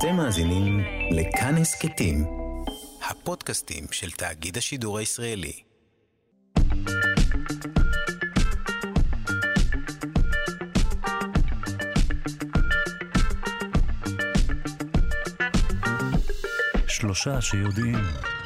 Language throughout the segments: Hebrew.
אתם מאזינים לכאן הסכתים, הפודקאסטים של תאגיד השידור הישראלי. שלושה שיודעים.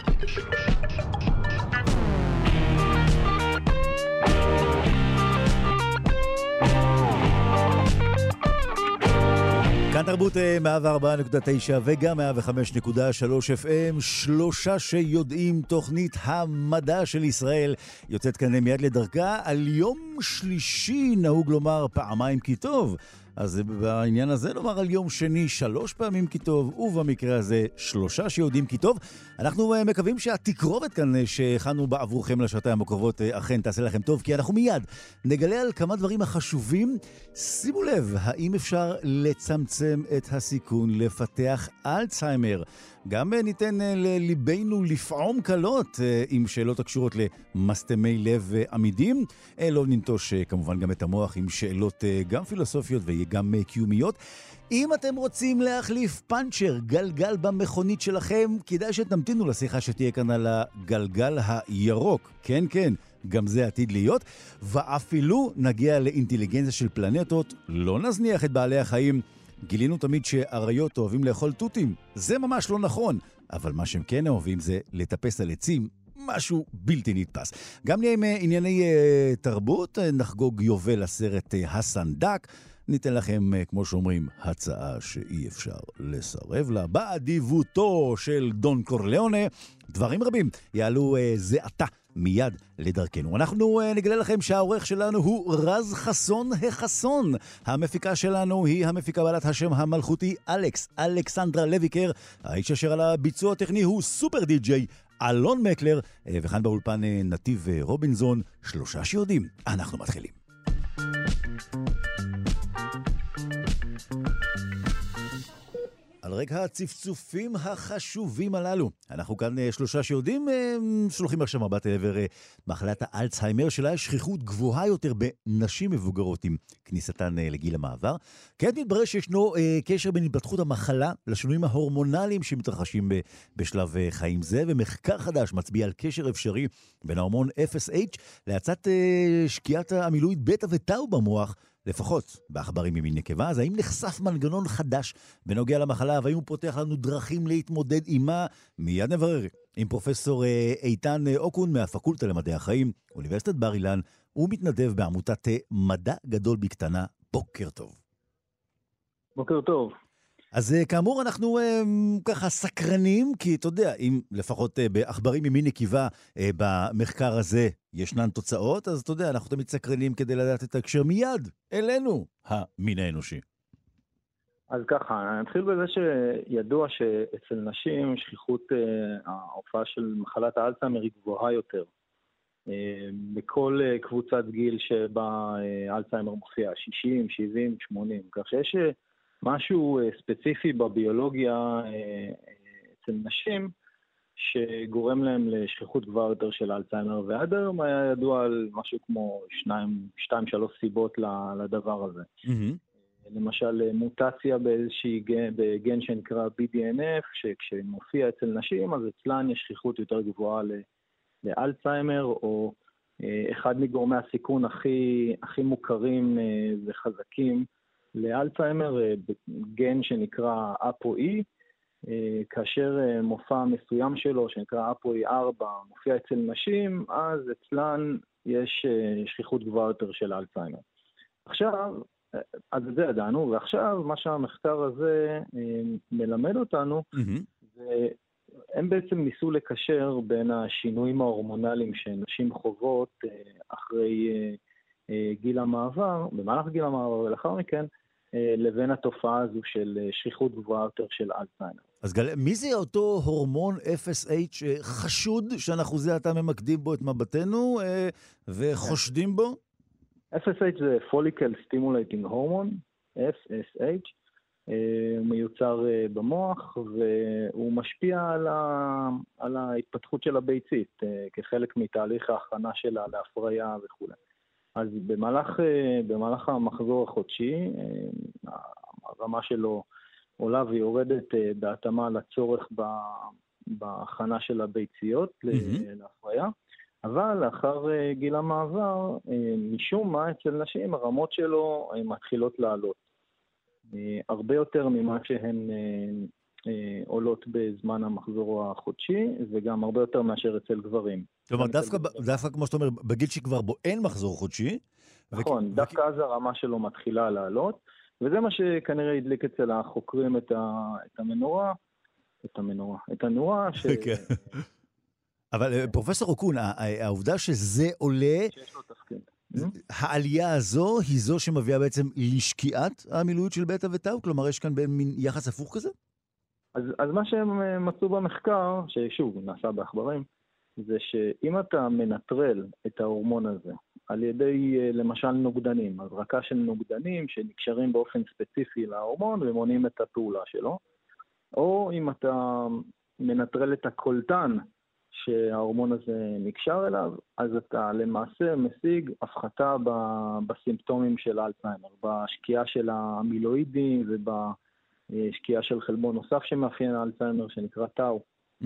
כאן תרבות 104.9 וגם 105.3 FM, שלושה שיודעים, תוכנית המדע של ישראל יוצאת כאן מיד לדרכה. על יום שלישי נהוג לומר פעמיים כי טוב, אז בעניין הזה לומר על יום שני 3 פעמים כי טוב, ובמקרה הזה שלושה שיודעים כי טוב. אנחנו מקווים שהתקרובת כאן שהכנו בעבורכם לשעתיים הקרובות אכן תעשה לכם טוב, כי אנחנו מיד נגלה על כמה דברים החשובים. שימו לב, האם אפשר לצמצם את הסיכון לפתח אלצהיימר? גם ניתן לליבנו לפעום קלות עם שאלות הקשורות למסתמי לב עמידים. לא ננטוש כמובן גם את המוח עם שאלות גם פילוסופיות וגם קיומיות. אם אתם רוצים להחליף פנצ'ר, גלגל במכונית שלכם, כדאי שתמתינו לשיחה שתהיה כאן על הגלגל הירוק. כן, כן, גם זה עתיד להיות. ואפילו נגיע לאינטליגנציה של פלנטות, לא נזניח את בעלי החיים. גילינו תמיד שאריות אוהבים לאכול טוטים. זה ממש לא נכון. אבל מה שהם כן אוהבים זה לטפס על עצים. משהו בלתי נתפס. גם נהיה עם ענייני תרבות, נחגוג יובל לסרט הסנדק. ניתן לכם, כמו שאומרים, הצעה שאי אפשר לסרב לה. באדיבותו של דון קורליאונה, דברים רבים יעלו זה עתה מיד לדרכנו. אנחנו נגלה לכם שהעורך שלנו הוא רז חסון החסון. המפיקה שלנו היא המפיקה בעלת השם המלכותי אלכסנדרה לויקר. האיש אשר על הביצוע הטכני הוא סופר די-ג'יי אלון מקלר. וכאן באולפן נתיב רובינזון, שלושה שיודעים. אנחנו מתחילים. על רקע הצפצופים החשובים הללו, אנחנו כאן שלושה שיודעים, שולחים עכשיו מבט לעבר מחלת האלצהיימר, שלה יש שכיחות גבוהה יותר בנשים מבוגרות עם כניסתן לגיל המעבר. כעת מתברר שישנו קשר בין התפתחות המחלה לשינויים ההורמונליים שמתרחשים בשלב חיים זה, ומחקר חדש מצביע על קשר אפשרי בין ההורמון FSH להאצת שקיעת המילואית בטא וטאו במוח, לפחות בעכברים ממין נקבה. אז האם נחשף מנגנון חדש בנוגע למחלה, והאם הוא פותח לנו דרכים להתמודד עימה? מיד נברר עם פרופסור איתן אוקון מהפקולטה למדעי החיים, אוניברסיטת בר אילן. הוא מתנדב בעמותת מדע גדול בקטנה. בוקר טוב. בוקר טוב. אז כאמור אנחנו ככה סקרנים, כי אתה יודע, אם לפחות בעכברים ממין נקבה במחקר הזה ישנן תוצאות, אז אתה יודע, אנחנו תמיד סקרנים כדי לדעת את הקשר מיד אלינו, המין האנושי. אז ככה, נתחיל בזה שידוע שאצל נשים שכיחות ההופעה של מחלת האלצהיימר היא גבוהה יותר. בכל קבוצת גיל שבה האלצהיימר מופיע, 60, 70, 80, כך שיש משהו ספציפי בביולוגיה אצל נשים שגורם להם לשכיחות גבוהה יותר של האלצהיימר, ועד היום היה ידוע על משהו כמו 2-3 סיבות לדבר הזה. למשל מוטציה בגן שנקרא BDNF, שכשמופיע אצל נשים אז אצלן יש שכיחות יותר גבוהה לאלצהיימר, או אחד מגורמי הסיכון הכי מוכרים וחזקים לאלצהיימר, גן שנקרא ApoE, כאשר מופע מסוים שלו שנקרא ApoE4 מופיע אצל נשים, אז אצלן יש שכיחות גבוהה יותר של אלצהיימר. עכשיו, אז זה ידענו, ועכשיו מה שהמחקר הזה מלמד אותנו, הם בעצם ניסו לקשר בין השינויים ההורמונליים שנשים חוות אחרי גיל המעבר, במהלך גיל המעבר ולאחר מכן, לבין התופעה הזו של שכיחות גבוהה יותר של אלצהיימר. אז מי זה אותו הורמון FSH חשוד שאנחנו זה עתה ממקדים בו את מבטנו וחושדים בו? FSH זה Follicle Stimulating Hormone, FSH, מיוצר במוח, והוא משפיע על ההתפתחות של הביצית, כחלק מתהליך ההכנה שלה להפריה וכו'. אז במהלך המחזור החודשי, הרמה שלו עולה ויורדת בהתאמה לצורך בהכנה של הביציות להפריה, אבל לאחר גיל המעבר, משום מה אצל נשים הרמות שלו מתחילות לעלות. הרבה יותר ממה שהן עולות בזמן המחזור החודשי, וגם הרבה יותר מאשר אצל גברים. כלומר, דווקא כמו שאתה אומר, בגיל שכבר בו אין מחזור חודשי. נכון, דווקא אז הרמה שלו מתחילה לעלות, וזה מה שכנראה הדליק אצל החוקרים את הנורה, אבל פרופסור אוקון, העובדה שזה עולה, שיש לו תפקיד. העלייה הזו היא זו שמביאה בעצם לשקיעת המילואית של בטא ותאו? כלומר, יש כאן מין יחס הפוך כזה? אז מה שהם מצאו במחקר, ששוב, נעשה בעכברים, זה שאם אתה מנטרל את ההורמון הזה על ידי למשל נוגדנים, הזרקה של נוגדנים שנקשרים באופן ספציפי להורמון ומונעים את הפעולה שלו, או אם אתה מנטרל את הקולטן שההורמון הזה נקשר אליו, אז אתה למעשה משיג הפחתה בסימפטומים של אלצהיימר, בשקיעה של המילואידים ובשקיעה של חלבון נוסף שמאפיין אלצהיימר שנקרא טאו.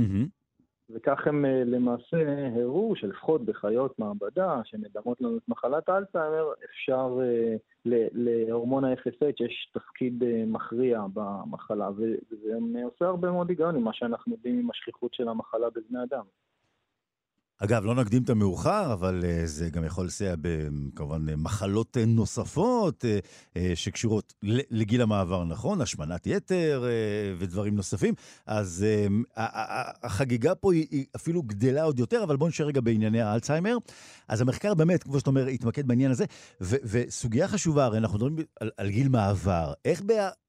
וכך הם למעשה הראו שלפחות בחיות מעבדה שמדמות לנו את מחלת האלצהיימר, אפשר להורמון ה-FSH יש תפקיד מכריע במחלה, וזה עושה הרבה מאוד היגיון עם מה שאנחנו יודעים עם השכיחות של המחלה בבני אדם. אגב, לא נקדים את המאוחר, אבל זה גם יכול לסייע כמובן מחלות נוספות שקשורות לגיל המעבר, נכון? השמנת יתר ודברים נוספים. אז החגיגה פה היא אפילו גדלה עוד יותר, אבל בואו נשאר רגע בענייני האלצהיימר. אז המחקר באמת, כמו שאתה אומר, התמקד בעניין הזה, וסוגיה חשובה, הרי אנחנו מדברים על גיל מעבר. איך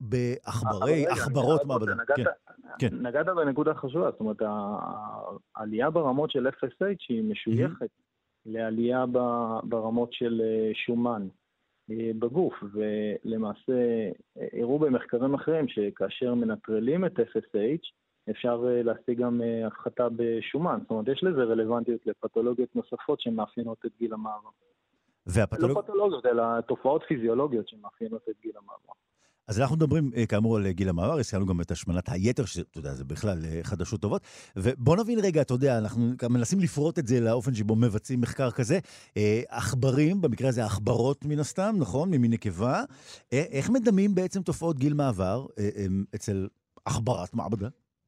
בעכברות מעבדה? נגעת בנקודה חשובה, זאת אומרת, העלייה ברמות של FSH שהיא משויכת לעלייה ברמות של שומן בגוף, ולמעשה הראו במחקרים אחרים שכאשר מנטרלים את FSH, אפשר להשיג גם הפחתה בשומן, זאת אומרת, יש לזה רלוונטיות לפתולוגיות נוספות שמאפיינות את גיל המעבר. לא פתולוגיות, אלא תופעות פיזיולוגיות שמאפיינות את גיל המעבר. אז אנחנו מדברים כאמור על גיל המעבר, הזכרנו גם את השמנת היתר, שאתה יודע, זה בכלל חדשות טובות, ובוא נבין רגע, אתה יודע, אנחנו מנסים לפרוט את זה לאופן שבו מבצעים מחקר כזה, עכברים, במקרה הזה עכברות מן הסתם, נכון? ממין נקבה, איך מדמים בעצם תופעות גיל מעבר אצל עכברת מעבדה?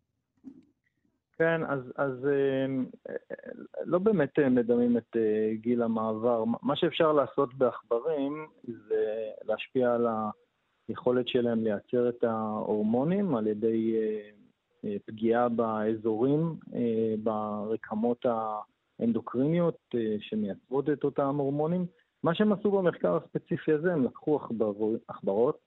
כן, אז לא באמת מדמים את גיל המעבר. מה שאפשר לעשות בעכברים זה להשפיע על היכולת שלהם לייצר את ההורמונים על ידי פגיעה באזורים, ברקמות האנדוקריניות שמייצרות את אותם הורמונים. מה שהם עשו במחקר הספציפי הזה, הם לקחו עכברות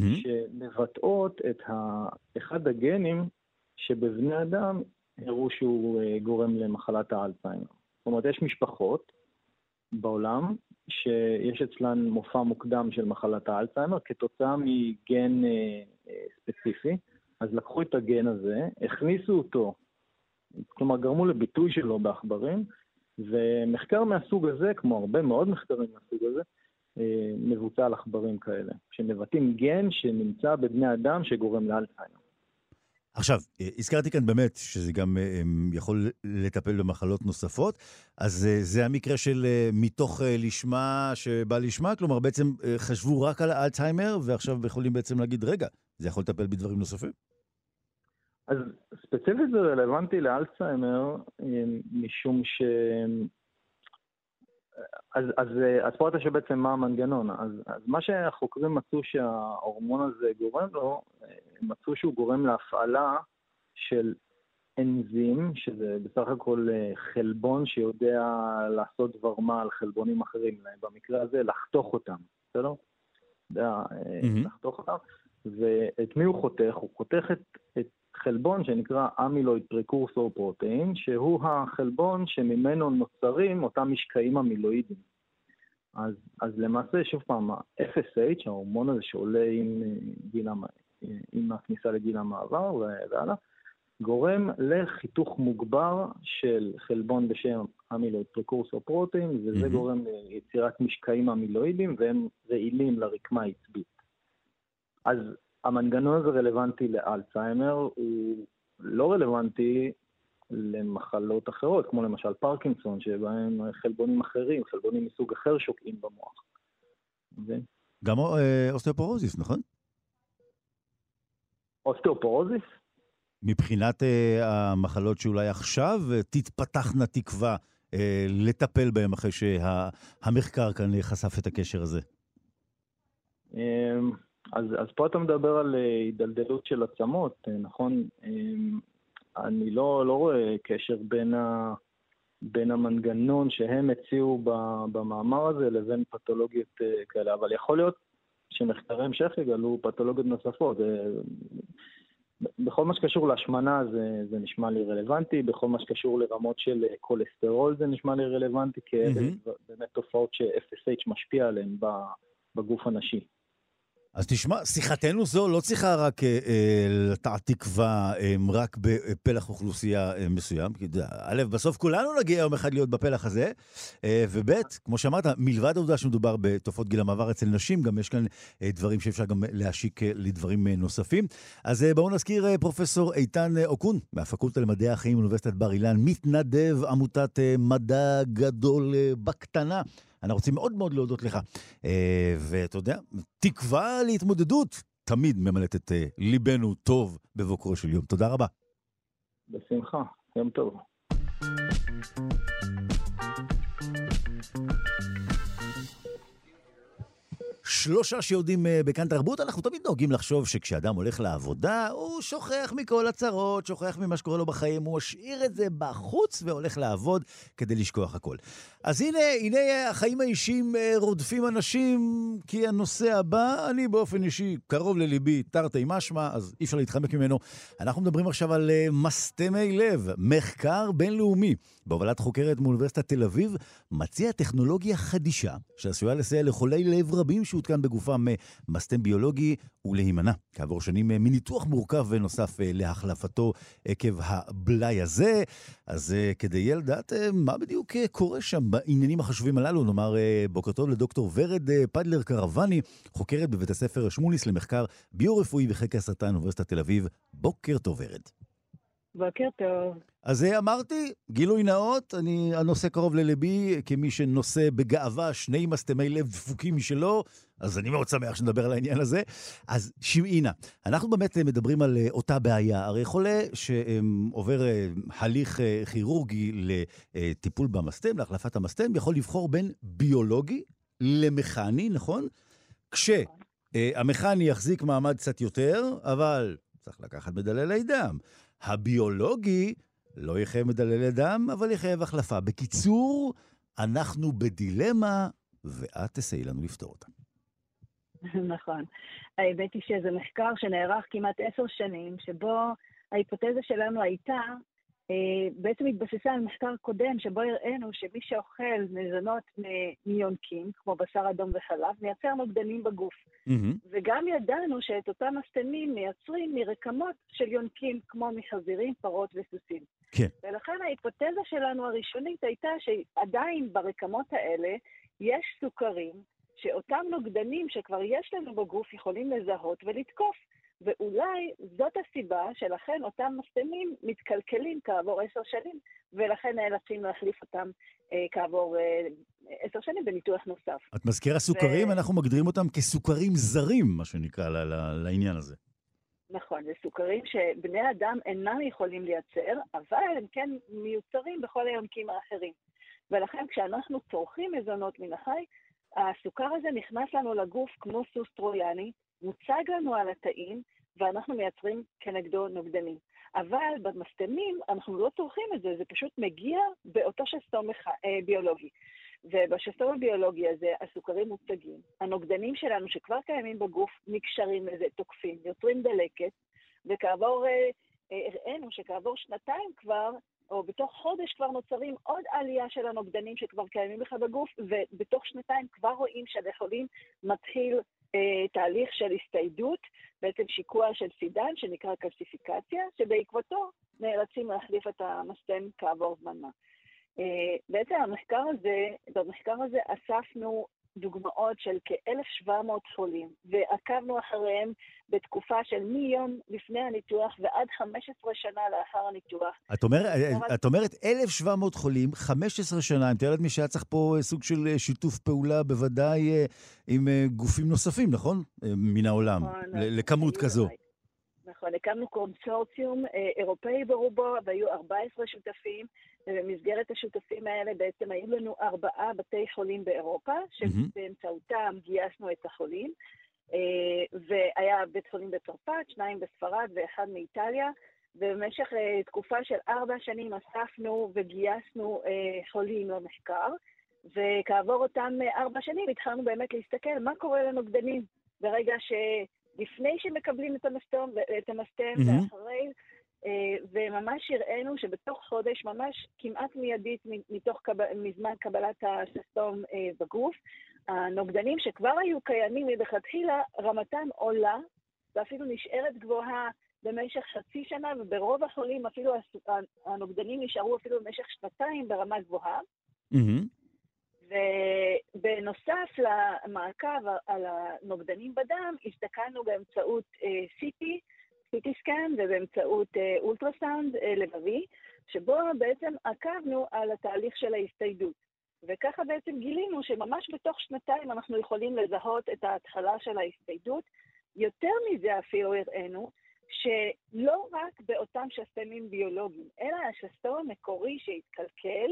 שמבטאות את אחד הגנים שבבני אדם הראו שהוא גורם למחלת האלצהיימר. זאת אומרת, יש משפחות בעולם שיש אצלן מופע מוקדם של מחלת האלצהיימר כתוצאה מגן ספציפי, אז לקחו את הגן הזה, הכניסו אותו, כלומר גרמו לביטוי שלו בעכברים, ומחקר מהסוג הזה, כמו הרבה מאוד מחקרים מהסוג הזה, מבוצע על עכברים כאלה, שמבטאים גן שנמצא בבני אדם שגורם לאלצהיימר. עכשיו, הזכרתי כאן באמת שזה גם יכול לטפל במחלות נוספות, אז זה המקרה של מתוך לשמה שבא לשמה, כלומר בעצם חשבו רק על האלצהיימר, ועכשיו יכולים בעצם להגיד, רגע, זה יכול לטפל בדברים נוספים? אז ספציפית זה רלוונטי לאלצהיימר, משום אז פה אתה שבעצם מה המנגנון. אז מה שהחוקרים מצאו שההורמון הזה גורם לו, מצאו שהוא גורם להפעלה של אנזים, שזה בסך הכל חלבון שיודע לעשות דבר מה על חלבונים אחרים, במקרה הזה לחתוך אותם, בסדר? לחתוך אותם. ואת מי הוא חותך? הוא חותך את חלבון שנקרא אמילויד פרקורסור פרוטאין, שהוא החלבון שממנו נוצרים אותם משקעים המילואידים. אז למעשה, שוב פעם, ה-FSH, ההורמון הזה שעולה עם הכניסה לגיל המעבר והלאה, גורם לחיתוך מוגבר של חלבון בשם אמילויד פרקורסור פרוטאין, וזה גורם ליצירת משקעים המילואידים, והם רעילים לרקמה העצבית. אז המנגנון הזה רלוונטי לאלצהיימר, הוא לא רלוונטי למחלות אחרות, כמו למשל פרקינסון, שבהם חלבונים אחרים, חלבונים מסוג אחר שוקעים במוח. גם אוסטאופורוזיס, נכון? אוסטאופורוזיס? מבחינת המחלות שאולי עכשיו תתפתחנה תקווה לטפל בהם אחרי שהמחקר כאן חשף את הקשר הזה. אז פה אתה מדבר על הידלדלות של עצמות, נכון? אני לא רואה קשר בין המנגנון שהם הציעו במאמר הזה לבין פתולוגיות כאלה, אבל יכול להיות שמחקרי המשך יגלו פתולוגיות נוספות. בכל מה שקשור להשמנה זה נשמע לי רלוונטי, בכל מה שקשור לרמות של כולסטרול זה נשמע לי רלוונטי, כי באמת תופעות ש-FSH משפיע עליהן בגוף הנשי. אז תשמע, שיחתנו זו לא צריכה רק לטעת תקווה רק בפלח אוכלוסייה מסוים, כי א', בסוף כולנו נגיע יום אחד להיות בפלח הזה, וב', כמו שאמרת, מלבד העובדה שמדובר בתופעות גיל המעבר אצל נשים, גם יש כאן דברים שאפשר גם להשיק לדברים נוספים. אז בואו נזכיר פרופסור איתן אוקון, מהפקולטה למדעי החיים באוניברסיטת בר אילן, מתנדב עמותת מדע גדול בקטנה. אנחנו רוצים מאוד מאוד להודות לך. ואתה יודע, תקווה להתמודדות תמיד ממלאת את ליבנו טוב בבוקרו של יום. תודה רבה. בשמחה, יום טוב. שלושה שיודעים בכאן תרבות, אנחנו תמיד נוהגים לחשוב שכשאדם הולך לעבודה, הוא שוכח מכל הצרות, שוכח ממה שקורה לו בחיים, הוא משאיר את זה בחוץ והולך לעבוד כדי לשכוח הכל. אז הנה החיים האישיים רודפים אנשים, כי הנושא הבא, אני באופן אישי קרוב לליבי, תרתי משמע, אז אי אפשר להתחמק ממנו. אנחנו מדברים עכשיו על מסתמי לב, מחקר בינלאומי. בהובלת חוקרת מאוניברסיטת תל אביב, מציע טכנולוגיה חדישה, שעשויה לסייע לחולי לב רבים שהותקן בגופם מסתם ביולוגי ולהימנע. כעבור שנים מניתוח מורכב ונוסף להחלפתו עקב הבלי הזה. אז כדי לדעת מה בדיוק קורה שם בעניינים החשובים הללו, נאמר בוקר טוב לדוקטור ורד פדלר קרווני, חוקרת בבית הספר שמוליס למחקר ביו-רפואי וחקר סרטן אוניברסיטת תל אביב. בוקר טוב ורד. בוקר טוב. אז אמרתי, גילוי נאות, הנושא קרוב ללבי, כמי שנושא בגאווה שני מסתמי לב דפוקים משלו, אז אני מאוד שמח שנדבר על העניין הזה. אז שמעינה, אנחנו באמת מדברים על אותה בעיה, הרי חולה שעובר הליך כירורגי לטיפול במסתם, להחלפת המסתם, יכול לבחור בין ביולוגי למכני, נכון? כשהמכני יחזיק מעמד קצת יותר, אבל צריך לקחת מדללי דם. הביולוגי לא יחייב מדללי דם, אבל יחייב החלפה. בקיצור, אנחנו בדילמה, ואת תסעי לנו לפתור אותה. נכון. האמת היא שזה מחקר שנערך כמעט 10 שנים, שבו ההיפותזה שלנו הייתה, בעצם התבססה על מחקר קודם, שבו הראינו שמי שאוכל מזונות מיונקים, כמו בשר אדום וחלב, מייצר נוגדנים בגוף. וגם ידענו שאת אותם מסתמים מייצרים מרקמות של יונקים, כמו מחזירים, פרות וסוסים. כן. ולכן ההיפותזה שלנו הראשונית הייתה שעדיין ברקמות האלה יש סוכרים, שאותם נוגדנים שכבר יש לנו בגוף יכולים לזהות ולתקוף. ואולי זאת הסיבה שלכן אותם מסתמים מתקלקלים כעבור 10 שנים, ולכן נאלצים להחליף אותם כעבור 10 שנים בניתוח נוסף. את מזכירה סוכרים, אנחנו מגדירים אותם כסוכרים זרים, מה שנקרא לעניין הזה. נכון, זה סוכרים שבני אדם אינם יכולים לייצר, אבל הם כן מיוצרים בכל היונקים האחרים. ולכן כשאנחנו צורכים מזונות מן החי, הסוכר הזה נכנס לנו לגוף כמו סוס טרויאני, מוצג לנו על התאים, ואנחנו מייצרים כנגדו נוגדנים. אבל במסתמים אנחנו לא צורכים את זה, זה פשוט מגיע באותו שסתום ביולוגי. ובשסתום הביולוגי הזה הסוכרים מוצגים. הנוגדנים שלנו שכבר קיימים בגוף נקשרים לזה, תוקפים, יוצרים דלקת, וכעבור, הראינו שכעבור 2 כבר, או בתוך חודש כבר נוצרים עוד עלייה של הנוגדנים שכבר קיימים לך בגוף, ובתוך 2 כבר רואים שהחולים מתחיל תהליך של הסתיידות, בעצם שיקוע של סידן שנקרא קלסיפיקציה, שבעקבותו נאלצים להחליף את המסתם כעבור זמן מה. בעצם במחקר הזה אספנו דוגמאות של כ-1,700 חולים, ועקבנו אחריהם בתקופה של מיום לפני הניתוח ועד 15 שנה לאחר הניתוח. את אומרת 1,700 חולים, 15 שנה, אני מתארת מי שהיה צריך פה סוג של שיתוף פעולה, בוודאי עם גופים נוספים, נכון? מן העולם, לכמות כזו. נכון, הקמנו קונסורציום אירופאי ברובו, והיו 14 שותפים, ובמסגרת השותפים האלה בעצם היו לנו 4 בתי חולים באירופה, שבאמצעותם גייסנו את החולים, והיה בית חולים בצרפת, 2 בספרד ו1 מאיטליה, ובמשך תקופה של 4 שנים אספנו וגייסנו חולים למחקר, וכעבור אותם 4 שנים התחלנו באמת להסתכל מה קורה לנוגדנים ברגע לפני שמקבלים את המסתם ואחרי, וממש הראינו שבתוך חודש, ממש כמעט מיידית מזמן קבלת השסתום בגוף, הנוגדנים שכבר היו קיימים מלכתחילה, רמתם עולה, ואפילו נשארת גבוהה במשך חצי שנה, וברוב החולים אפילו הנוגדנים נשארו אפילו במשך 2 ברמה גבוהה. ובנוסף למעקב על הנוגדנים בדם, הסתכלנו באמצעות CT סקן ובאמצעות אולטרסאונד לבבי, שבו בעצם עקבנו על התהליך של ההסתיידות. וככה בעצם גילינו שממש בתוך 2 אנחנו יכולים לזהות את ההתחלה של ההסתיידות. יותר מזה אפילו הראינו שלא רק באותם שסתמים ביולוגיים, אלא השסתום המקורי שהתקלקל,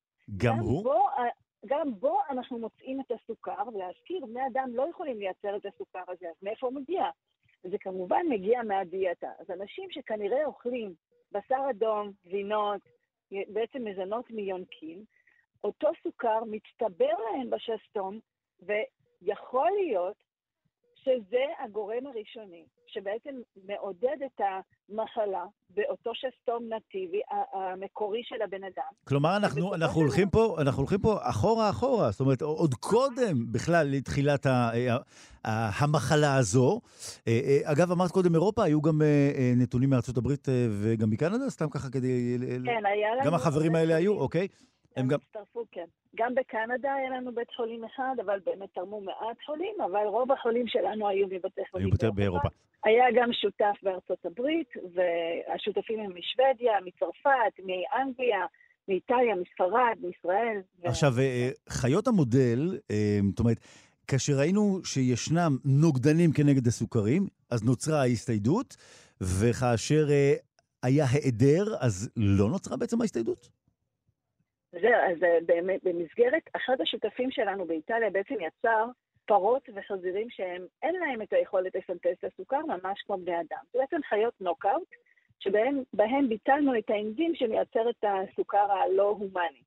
גם בו אנחנו מוצאים את הסוכר, ולהזכיר, בני אדם לא יכולים לייצר את הסוכר הזה, אז מאיפה הוא מגיע? זה כמובן מגיע מהדיאטה. אז אנשים שכנראה אוכלים בשר אדום, גבינות, בעצם מזונות מיונקים, אותו סוכר מצטבר להם בשסתום, ויכול להיות שזה הגורם הראשוני, שבעצם מעודד את המחלה באותו שסתום נטיבי המקורי של הבן אדם. כלומר, אנחנו הולכים פה אחורה, זאת אומרת, עוד קודם בכלל לתחילת המחלה הזו. אגב, אמרת קודם אירופה, היו גם נתונים מארצות הברית וגם מקנדה, סתם ככה כדי... כן, היה לנו... גם החברים האלה היו, אוקיי? הם גם הצטרפו, כן. גם בקנדה היה לנו בית חולים אחד, אבל באמת תרמו מעט חולים, אבל רוב החולים שלנו היו מבתי חולים באירופה. היה גם שותף בארצות הברית, והשותפים הם משוודיה, מצרפת, מאנגליה, מאיטליה, מספרד, מישראל. עכשיו, חיות המודל, זאת אומרת, כאשר ראינו שישנם נוגדנים כנגד הסוכרים, אז נוצרה ההסתיידות, וכאשר היה העדר, אז לא נוצרה בעצם ההסתיידות? אז באמת, במסגרת, אחד השותפים שלנו באיטליה בעצם יצר פרות וחזירים שהם אין להם את היכולת לסנטז את הסוכר, ממש כמו בני אדם. זה בעצם חיות נוקאוט, שבהם ביטלנו את האנזים שמייצר את הסוכר הלא הומני.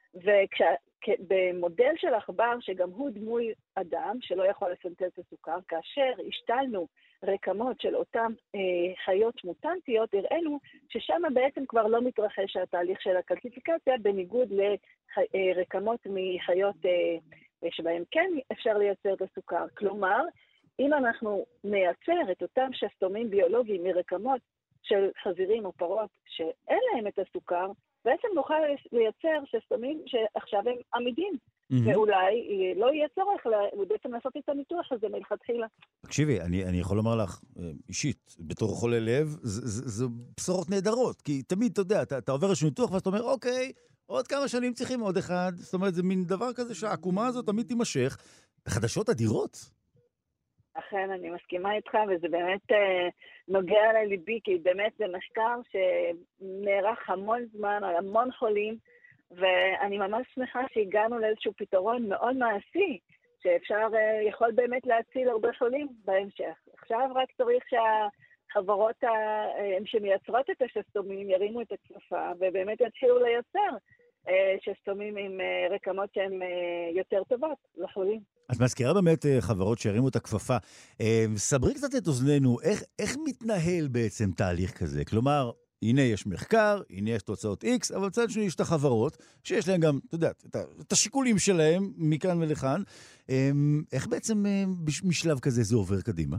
ובמודל של עכבר, שגם הוא דמוי אדם, שלא יכול לסנטז את הסוכר, כאשר השתלנו רקמות של אותם חיות מוטנטיות, הראינו ששם בעצם כבר לא מתרחש התהליך של הקלסיפיקציה, בניגוד לרקמות מחיות שבהם כן אפשר לייצר את הסוכר. כלומר, אם אנחנו נייצר את אותם שסתומים ביולוגיים מרקמות של חזירים או פרות שאין להם את הסוכר, בעצם נוכל לייצר שסתומים שעכשיו הם עמידים. ואולי לא יהיה צורך בעצם לעשות את הניתוח הזה מלכתחילה. תקשיבי, אני יכול לומר לך, אישית, בתור חולה לב, זה בשורות נהדרות, כי תמיד, אתה יודע, אתה עובר איזשהו ניתוח, ואז אתה אומר, אוקיי, עוד כמה שנים צריכים עוד אחד, זאת אומרת, זה מין דבר כזה שהעקומה הזאת תמיד תימשך, חדשות אדירות. אכן, אני מסכימה איתך, וזה באמת נוגע לליבי, כי באמת זה מחקר שנערך המון זמן, על המון חולים, ואני ממש שמחה שהגענו לאיזשהו פתרון מאוד מעשי, שאפשר, יכול באמת להציל הרבה חולים בהמשך. עכשיו רק צריך שהחברות שמייצרות את השסתומים ירימו את הכפפה, ובאמת יתחילו לייצר שסתומים עם רקמות שהן יותר טובות לחולים. את מזכירה באמת חברות שהרימו את הכפפה. סברי קצת את אוזננו, איך מתנהל בעצם תהליך כזה? כלומר, הנה יש מחקר, הנה יש תוצאות X, אבל צד שני יש את החברות, שיש להם גם, אתה יודע, את השיקולים שלהם מכאן ולכאן. איך בעצם משלב כזה זה עובר קדימה?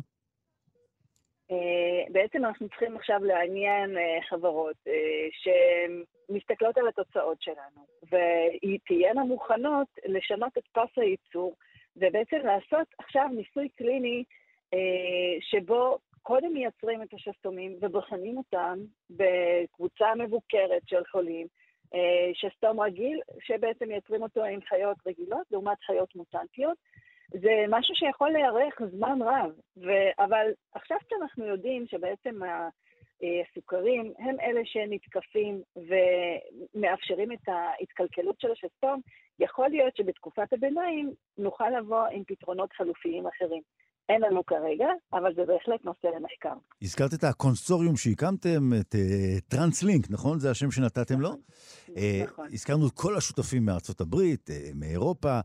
בעצם אנחנו צריכים עכשיו לעניין חברות שמסתכלות על התוצאות שלנו, ותהיינה מוכנות לשנות את פס הייצור, ובעצם לעשות עכשיו ניסוי קליני שבו קודם מייצרים את השסתומים ובוחנים אותם בקבוצה מבוקרת של חולים, שסתום רגיל, שבעצם מייצרים אותו עם חיות רגילות, לעומת חיות מוטנטיות. זה משהו שיכול להיערך זמן רב, אבל עכשיו שאנחנו יודעים שבעצם הסוכרים הם אלה שנתקפים ומאפשרים את ההתקלקלות של השסתום, יכול להיות שבתקופת הביניים נוכל לבוא עם פתרונות חלופיים אחרים. אין לנו כרגע, אבל זה בהחלט נושא למחקר. הזכרת את הקונסוריום שהקמתם, את טרנסלינק, נכון? זה השם שנתתם לו? נכון. הזכרנו את כל השותפים מארצות הברית, מאירופה.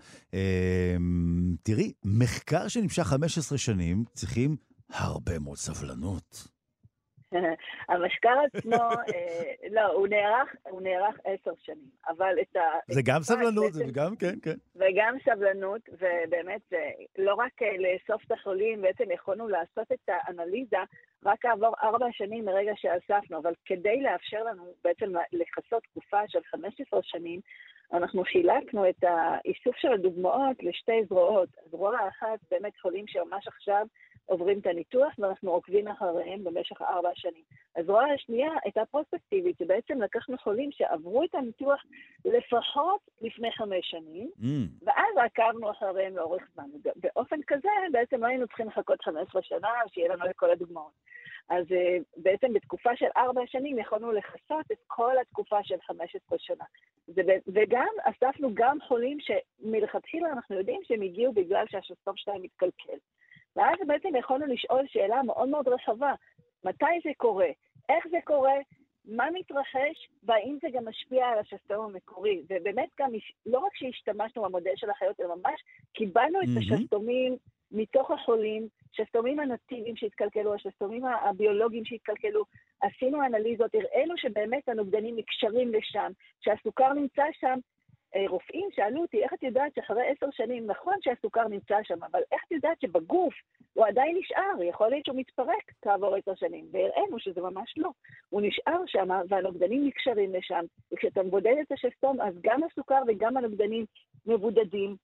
תראי, מחקר שנמשך 15 שנים צריכים הרבה מאוד סבלנות. המחקר עצמו, לא, הוא נערך 10 שנים, אבל את זה גם סבלנות, זה גם, כן, כן. וגם סבלנות, ובאמת, לא רק לאסוף את החולים, בעצם יכולנו לעשות את האנליזה, רק כעבור 4 שנים מרגע שאספנו, אבל כדי לאפשר לנו בעצם לחסות תקופה של 15 שנים, אנחנו חילקנו את האיסוף של הדוגמאות לשתי זרועות. זרוע אחת, באמת חולים שממש עכשיו עוברים את הניתוח, ואנחנו עוקבים אחריהם במשך 4 שנים. הזרוע השנייה הייתה פרוספקטיבית, שבעצם לקחנו חולים שעברו את הניתוח לפחות לפני 5 שנים, ואז עקבנו אחריהם לאורך זמן. באופן כזה, בעצם לא היינו צריכים לחכות 15 שנה, שיהיה לנו את כל הדוגמאות. אז בעצם בתקופה של 4 שנים יכולנו לחסות את כל התקופה של 15 שנה. וגם אספנו גם חולים שמלכתחילה אנחנו יודעים שהם הגיעו בגלל שהשסתום שלהם מתקלקל. ואז בעצם יכולנו לשאול שאלה מאוד מאוד רחבה, מתי זה קורה, איך זה קורה, מה מתרחש, והאם זה גם משפיע על השסתום המקורי. ובאמת גם, לא רק שהשתמשנו במודל של החיות, אלא ממש קיבלנו את השסתומים מתוך החולים, שסתומים הנטיביים שהתקלקלו, השסתומים הביולוגיים שהתקלקלו, עשינו אנליזות, הראינו שבאמת הנוגדנים נקשרים לשם, שהסוכר נמצא שם. רופאים שאלו אותי, איך את יודעת שאחרי 10 שנים, נכון שהסוכר נמצא שם, אבל איך את יודעת שבגוף הוא עדיין נשאר, יכול להיות שהוא מתפרק כעבור 10 שנים, והראינו שזה ממש לא. הוא נשאר שם, והנוגדנים נקשרים לשם, וכשאתה מבודד את השסתום, אז גם הסוכר וגם הנוגדנים מבודדים,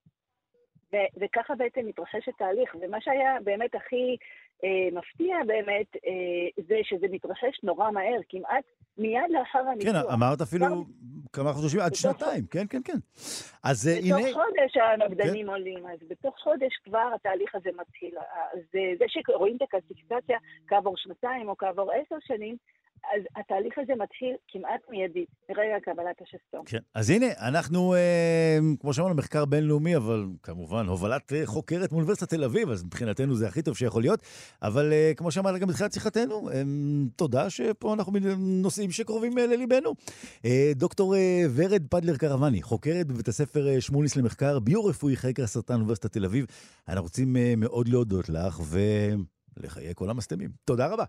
וככה בעצם מתרחש התהליך, ומה שהיה באמת הכי מפתיע באמת, זה שזה מתרחש נורא מהר, כמעט מיד לאחר הניתוח. כן, אמרת אפילו כמה חודשים, עד 2 כן, כן, כן. אז הנה... בתוך חודש הנוגדנים עולים, אז בתוך חודש כבר התהליך הזה מתחיל. אז זה שרואים את הקלסיפיקציה כעבור 2 או כעבור 10 שנים, אז התהליך הזה מתחיל כמעט מיידית, מרגע קבלת השסתום. כן, אז הנה, אנחנו, כמו שאמרנו, מחקר בינלאומי, אבל כמובן, הובלת חוקרת מאוניברסיטת תל אביב, אז מבחינתנו זה הכי טוב שיכול להיות, אבל כמו שאמרת גם בתחילת שיחתנו, תודה שפה אנחנו נושאים שקרובים לליבנו. דוקטור ורד פדלר קרבני, חוקרת בבית הספר שמוליס למחקר ביו-רפואי חקר הסרטן באוניברסיטת תל אביב, אנחנו רוצים מאוד להודות לך ולחיי כל המסתמים. תודה רבה.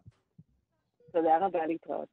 תודה רבה, להתראות.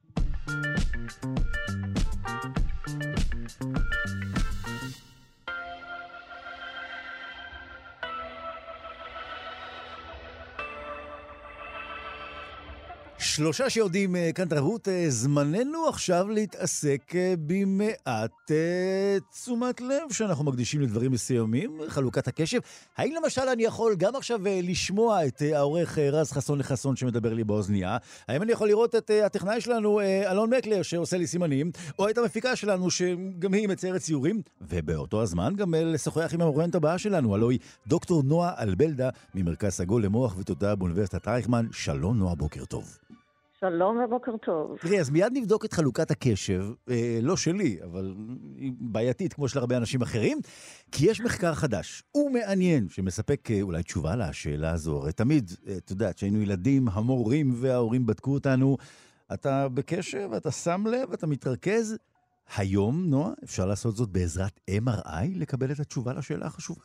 שלושה שיודעים כאן תרבות, זמננו עכשיו להתעסק במעט תשומת לב שאנחנו מקדישים לדברים מסוימים, חלוקת הקשב. האם למשל אני יכול גם עכשיו לשמוע את העורך רז חסון לחסון שמדבר לי באוזנייה? האם אני יכול לראות את הטכנאי שלנו אלון מקלר שעושה לי סימנים, או את המפיקה שלנו שגם היא מציירת ציורים, ובאותו הזמן גם לשוחח עם המרואיינת הבאה שלנו, הלוא היא דוקטור נועה אלבלדה ממרכז סגול למוח ותודעה באוניברסיטת רייכמן. שלום נועה, בוקר טוב. שלום ובוקר טוב. תראי, אז מיד נבדוק את חלוקת הקשב, לא שלי, אבל היא בעייתית כמו של הרבה אנשים אחרים, כי יש מחקר חדש, הוא מעניין, שמספק אולי תשובה לשאלה הזו. הרי תמיד, אתה יודע, כשהיינו ילדים, המורים וההורים בדקו אותנו, אתה בקשב, אתה שם לב, אתה מתרכז. היום, נועה, אפשר לעשות זאת בעזרת MRI, לקבל את התשובה לשאלה החשובה?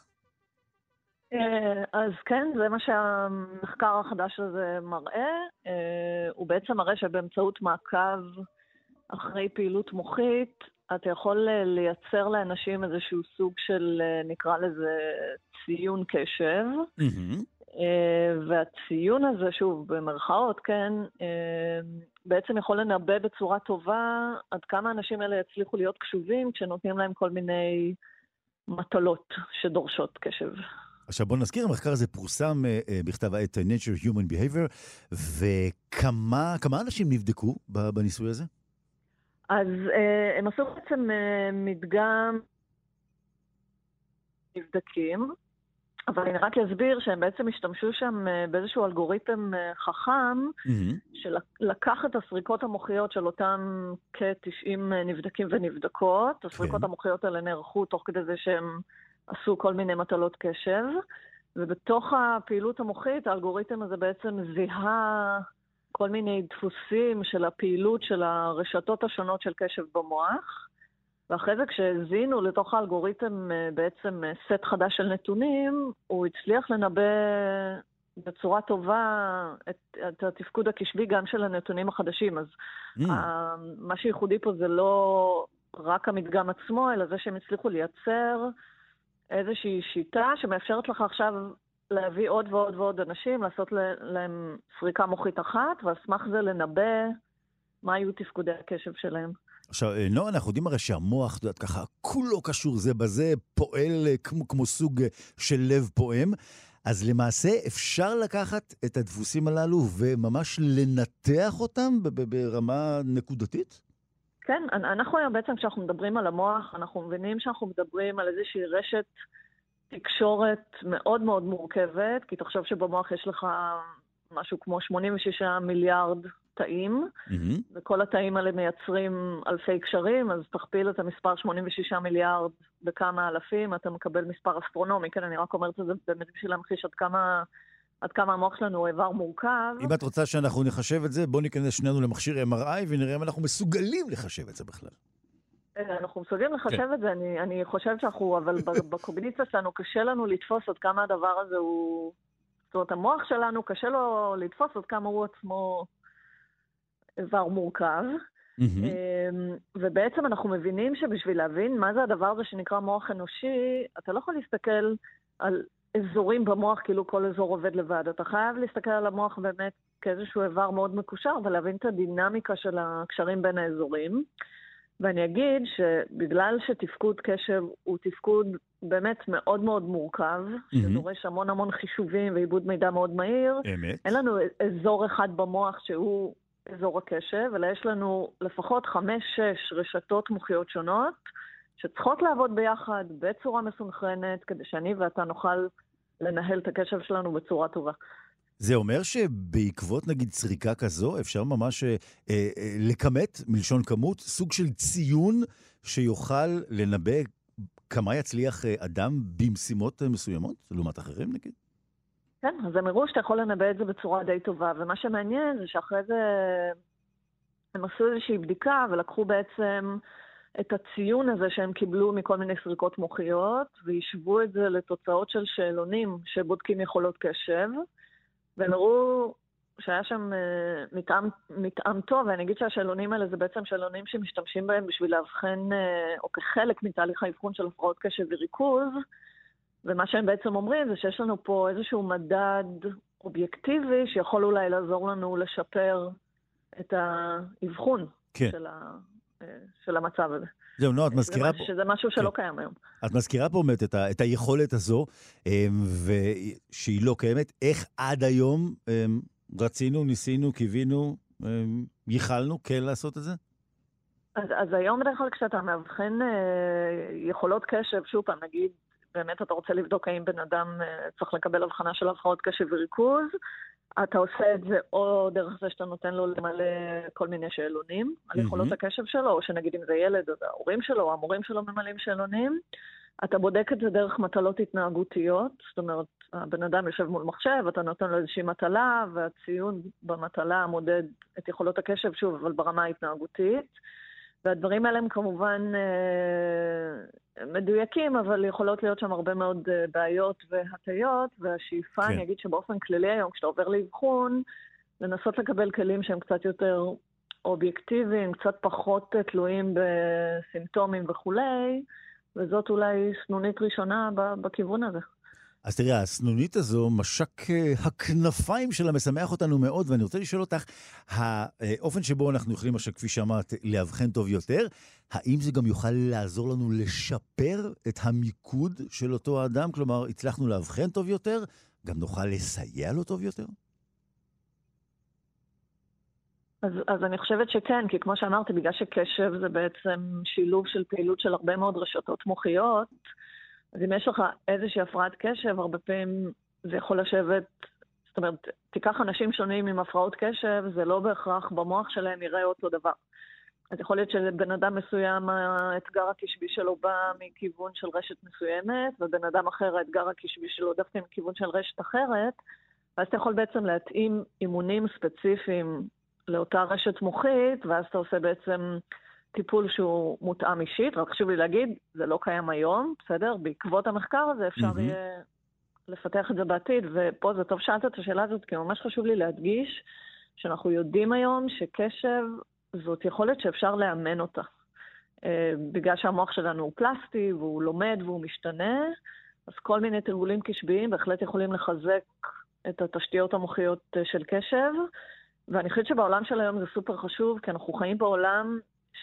אז כן, זה מה שהמחקר החדש הזה מראה. הוא בעצם מראה שבאמצעות מעקב אחרי פעילות מוחית, אתה יכול לייצר לאנשים איזשהו סוג של, נקרא לזה, ציון קשב. והציון הזה, שוב, במרכאות, כן, בעצם יכול לנבא בצורה טובה עד כמה האנשים האלה יצליחו להיות קשובים כשנותנים להם כל מיני מטלות שדורשות קשב. עכשיו בוא נזכיר, המחקר הזה פורסם בכתב העת Nature Human Behavior, וכמה אנשים נבדקו בניסוי הזה? אז הם עשו בעצם מדגם נבדקים, אבל אני רק אסביר שהם בעצם השתמשו שם באיזשהו אלגוריתם חכם, שלקח את הסריקות המוחיות של אותם כ-90 נבדקים ונבדקות. הסריקות המוחיות האלה נערכו תוך כדי זה שהם עשו כל מיני מטלות קשב, ובתוך הפעילות המוחית האלגוריתם הזה בעצם זיהה כל מיני דפוסים של הפעילות של הרשתות השונות של קשב במוח, ואחרי זה כשהזינו לתוך האלגוריתם בעצם סט חדש של נתונים, הוא הצליח לנבא בצורה טובה את התפקוד הקשבי גם של הנתונים החדשים. אז מה שייחודי פה זה לא רק המדגם עצמו, אלא זה שהם הצליחו לייצר איזושהי שיטה שמאפשרת לך עכשיו להביא עוד ועוד ועוד אנשים, לעשות להם סריקה מוחית אחת, ועל סמך זה לנבא מה היו תפקודי הקשב שלהם. עכשיו, נועה, אנחנו יודעים הרי שהמוח, אתה יודעת, ככה, כולו קשור זה בזה, פועל כמו סוג של לב פועם, אז למעשה אפשר לקחת את הדפוסים הללו וממש לנתח אותם ברמה נקודתית? כן, אנחנו היום בעצם כשאנחנו מדברים על המוח, אנחנו מבינים שאנחנו מדברים על איזושהי רשת תקשורת מאוד מאוד מורכבת, כי תחשוב שבמוח יש לך משהו כמו 86 מיליארד תאים, וכל התאים האלה מייצרים אלפי קשרים, אז תכפיל את המספר 86 מיליארד בכמה אלפים, אתה מקבל מספר אסטרונומי. כן, אני רק אומרת את זה באמת בשביל להמחיש עד כמה המוח שלנו הוא איבר מורכב. אם את רוצה שאנחנו נחשב את זה, בוא ניכנס שנינו למכשיר MRI ונראה אם אנחנו מסוגלים לחשב את זה בכלל. אנחנו מסוגלים לחשב את זה, אני חושבת שאנחנו, אבל בקוגניציה שלנו קשה לנו לתפוס עד כמה הדבר הזה הוא, זאת אומרת, המוח שלנו קשה לו לתפוס עד כמה הוא עצמו איבר מורכב, ובעצם אנחנו מבינים שבשביל להבין מה זה הדבר הזה שנקרא מוח אנושי, אתה לא יכול להסתכל על אזורים במוח כאילו כל אזור עובד לבד, אתה חייב להסתכל על המוח באמת כאיזשהו איבר מאוד מקושר, ולהבין את הדינמיקה של הקשרים בין האזורים. ואני אגיד שבגלל שתפקוד קשב הוא תפקוד באמת מאוד מאוד מורכב, שדורש המון המון חישובים ועיבוד מידע מאוד מהיר, אין לנו אזור אחד במוח שהוא אזור הקשב, אלא יש לנו לפחות 5-6 רשתות מוחיות שונות, שצריכות לעבוד ביחד בצורה מסונכרנת, כדי שאני ואתה נוכל לנהל את הקשב שלנו בצורה טובה. זה אומר שבעקבות נגיד צריקה כזו, אפשר ממש לקמת, מלשון כמות, סוג של ציון שיוכל לנבא כמה יצליח אדם במשימות מסוימות, לעומת אחרים נגיד? כן, אז הם הראו שאתה יכול לנבא את זה בצורה די טובה, ומה שמעניין זה שאחרי זה הם עשו איזושהי בדיקה ולקחו בעצם את הציון הזה שהם קיבלו מכל מיני סריקות מוחיות, וישבו את זה לתוצאות של שאלונים שבודקים יכולות קשב, והם הראו שהיה שם מתאם טוב, ואני אגיד שהשאלונים האלה זה בעצם שאלונים שמשתמשים בהם בשביל להבחן, או כחלק מתהליך האבחון של הפרעות קשב וריכוז, ומה שהם בעצם אומרים זה שיש לנו פה איזשהו מדד אובייקטיבי שיכול אולי לעזור לנו לשפר את האבחון של המצב הזה. זהו, נו, את מזכירה פה. שזה משהו שלא קיים היום. את מזכירה פה את היכולת הזו, ושהיא לא קיימת. איך עד היום רצינו, ניסינו, קיווינו, ייחלנו כן לעשות את זה? אז היום בדרך כלל כשאתה מאבחן יכולות קשב, שוב פעם, נגיד, באמת אתה רוצה לבדוק האם בן אדם צריך לקבל הבחנה של הפרעות קשב וריכוז, אתה עושה את זה או דרך זה שאתה נותן לו למלא כל מיני שאלונים על יכולות הקשב שלו, או שנגיד אם זה ילד, אז ההורים שלו או המורים שלו ממלאים שאלונים. אתה בודק את זה דרך מטלות התנהגותיות, זאת אומרת, הבן אדם יושב מול מחשב, אתה נותן לו איזושהי מטלה, והציון במטלה מודד את יכולות הקשב, שוב, אבל ברמה ההתנהגותית. והדברים האלה הם כמובן מדויקים, אבל יכולות להיות שם הרבה מאוד בעיות והטיות, והשאיפה, כן. אני אגיד שבאופן כללי היום, כשאתה עובר לאבחון, לנסות לקבל כלים שהם קצת יותר אובייקטיביים, קצת פחות תלויים בסימפטומים וכולי, וזאת אולי סנונית ראשונה בכיוון הזה. אז תראה, הסנונית הזו, משק הכנפיים שלה משמח אותנו מאוד, ואני רוצה לשאול אותך, האופן שבו אנחנו יכולים, כפי שאמרת, להבחן טוב יותר, האם זה גם יוכל לעזור לנו לשפר את המיקוד של אותו אדם? כלומר, הצלחנו להבחן טוב יותר, גם נוכל לסייע לו טוב יותר? אז אני חושבת שכן, כי כמו שאמרתי, בגלל שקשב זה בעצם שילוב של פעילות של הרבה מאוד רשתות מוחיות, אז אם יש לך איזושהי הפרעת קשב, הרבה פעמים זה יכול לשבת, זאת אומרת, תיקח אנשים שונים עם הפרעות קשב, זה לא בהכרח במוח שלהם יראה אותו דבר. אז יכול להיות שבן אדם מסוים, האתגר הקשבי שלו בא מכיוון של רשת מסוימת, ובן אדם אחר, האתגר הקשבי שלו דווקא מכיוון של רשת אחרת, ואז אתה יכול בעצם להתאים אימונים ספציפיים לאותה רשת מוחית, ואז אתה עושה בעצם טיפול שהוא מותאם אישית. רק חשוב לי להגיד, זה לא קיים היום, בסדר? בעקבות המחקר הזה אפשר יהיה לפתח את זה בעתיד, ופה זה טוב שאלת את השאלה הזאת, כי ממש חשוב לי להדגיש שאנחנו יודעים היום שקשב זאת יכולת שאפשר לאמן אותה. בגלל שהמוח שלנו הוא פלסטי, והוא לומד והוא משתנה, אז כל מיני תרגולים קשביים בהחלט יכולים לחזק את התשתיות המוחיות של קשב, ואני חושבת שבעולם של היום זה סופר חשוב, כי אנחנו חיים בעולם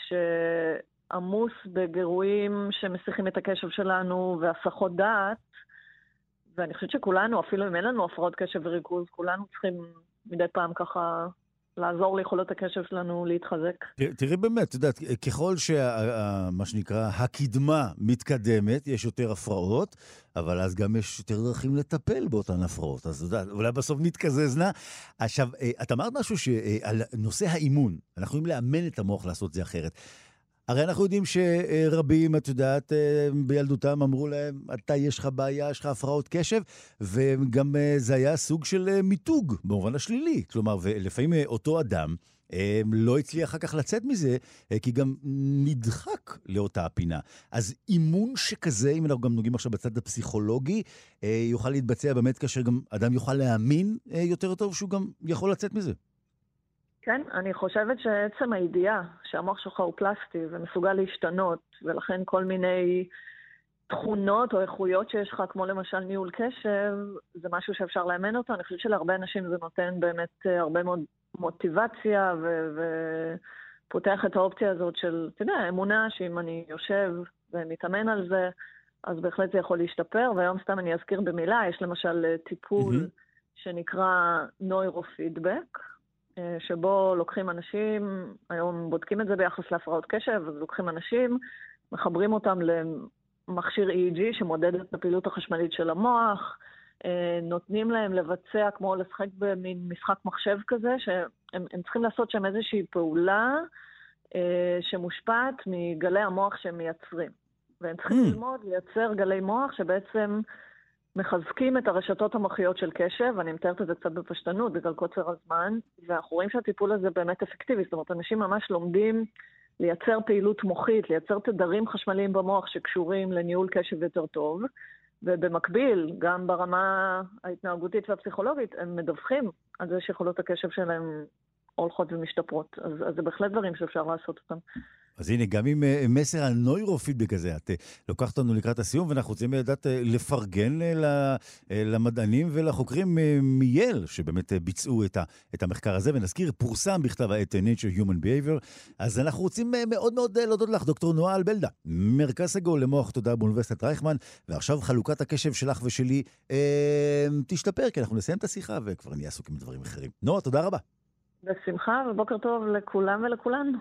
שעמוס בגירויים שמסיחים את הקשב שלנו והסחות דעת, ואני חושבת שכולנו, אפילו אם אין לנו הפרעות קשב וריכוז, כולנו צריכים מדי פעם ככה לעזור ליכולות הקשב שלנו להתחזק. תראי באמת, את יודעת, ככל מה שנקרא הקדמה מתקדמת, יש יותר הפרעות, אבל אז גם יש יותר דרכים לטפל באותן הפרעות. אז את יודעת, אולי בסוף נתקזזנה. עכשיו, את אמרת משהו על נושא האימון. אנחנו יכולים לאמן את המוח לעשות זה אחרת. הרי אנחנו יודעים שרבים, את יודעת, בילדותם אמרו להם, אתה יש לך בעיה, יש לך הפרעות קשב, וגם זה היה סוג של מיתוג, במובן השלילי. כלומר, ולפעמים אותו אדם לא הצליח אחר כך לצאת מזה, כי גם נדחק לאותה הפינה. אז אימון שכזה, אם אנחנו גם נוגעים עכשיו בצד הפסיכולוגי, יוכל להתבצע באמת כאשר גם אדם יוכל להאמין יותר טוב שהוא גם יכול לצאת מזה. כן, אני חושבת שעצם הידיעה שהמוח שלך הוא פלסטי ומסוגל להשתנות, ולכן כל מיני תכונות או איכויות שיש לך, כמו למשל ניהול קשב, זה משהו שאפשר לאמן אותו. אני חושבת שלהרבה אנשים זה נותן באמת הרבה מאוד מוטיבציה ופותח את האופציה הזאת של, אתה יודע, אמונה שאם אני יושב ומתאמן על זה, אז בהחלט זה יכול להשתפר. והיום סתם אני אזכיר במילה, יש למשל טיפול שנקרא נוירופידבק, שבו לוקחים אנשים, היום בודקים את זה ביחס להפרעות קשב, אז לוקחים אנשים, מחברים אותם למכשיר EEG שמודד את הפעילות החשמלית של המוח, נותנים להם לבצע כמו לשחק במין משחק מחשב כזה, שהם צריכים לעשות שם איזושהי פעולה שמושפעת מגלי המוח שהם מייצרים. והם צריכים ללמוד לייצר גלי מוח שבעצם מחזקים את הרשתות המוחיות של קשב, ואני מתארת את זה קצת בפשטנות, בגלל קוצר הזמן, ואנחנו רואים שהטיפול הזה באמת אפקטיבי, זאת אומרת, אנשים ממש לומדים לייצר פעילות מוחית, לייצר תדרים חשמליים במוח שקשורים לניהול קשב יותר טוב, ובמקביל, גם ברמה ההתנהגותית והפסיכולוגית, הם מדווחים על זה שיכולות הקשב שלהם הולכות ומשתפרות. אז זה בהחלט דברים שאפשר לעשות אותם. אז הנה, גם עם מסר הנוירופידבק הזה, את לוקחת אותנו לקראת הסיום, ואנחנו רוצים לדעת לפרגן למדענים ולחוקרים מייל, שבאמת ביצעו את המחקר הזה, ונזכיר, פורסם בכתב העת Nature Human Behavior. אז אנחנו רוצים מאוד מאוד להודות לך, דוקטור נועה אלבלדה, מרכז סגול למוח תודעה באוניברסיטת רייכמן, ועכשיו חלוקת הקשב שלך ושלי תשתפר, כי אנחנו נסיים את השיחה, וכבר נהיה עסוקים בדברים אחרים. נועה, תודה רבה. בשמחה, ובוקר טוב לכולם ולכולנו.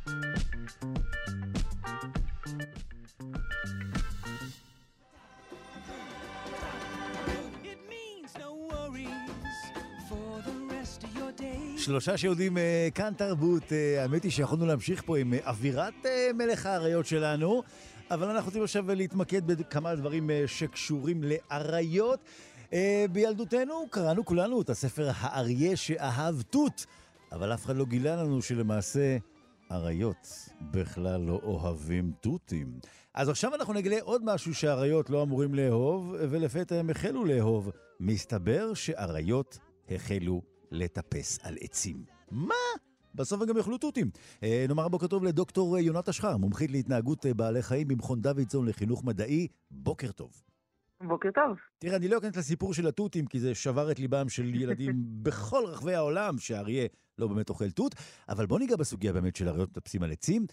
שלושה שיודעים כאן תרבות, האמת היא שיכולנו להמשיך פה עם אווירת מלך האריות שלנו, אבל אנחנו רוצים עכשיו להתמקד בכמה דברים שקשורים לאריות. בילדותנו קראנו כולנו את הספר האריה שאהב תות, אבל אף אחד לא גילה לנו שלמעשה אריות בכלל לא אוהבים תותים. אז עכשיו אנחנו נגלה עוד משהו שאריות לא אמורים לאהוב, ולפתע הם החלו לאהוב. מסתבר שאריות החלו לטפס על עצים. מה? בסוף הם גם יאכלו תותים. נאמר בוקר טוב לדוקטור יונת אשחר, מומחית להתנהגות בעלי חיים במכון דוידסון לחינוך מדעי. בוקר טוב. בוקר טוב. תראה, אני לא אכנס לסיפור של התותים, כי זה שבר את ליבם של ילדים בכל רחבי העולם, שהאריה לא באמת אוכל תות, אבל בוא ניגע בסוגיה באמת של אריות מטפסים על עצים.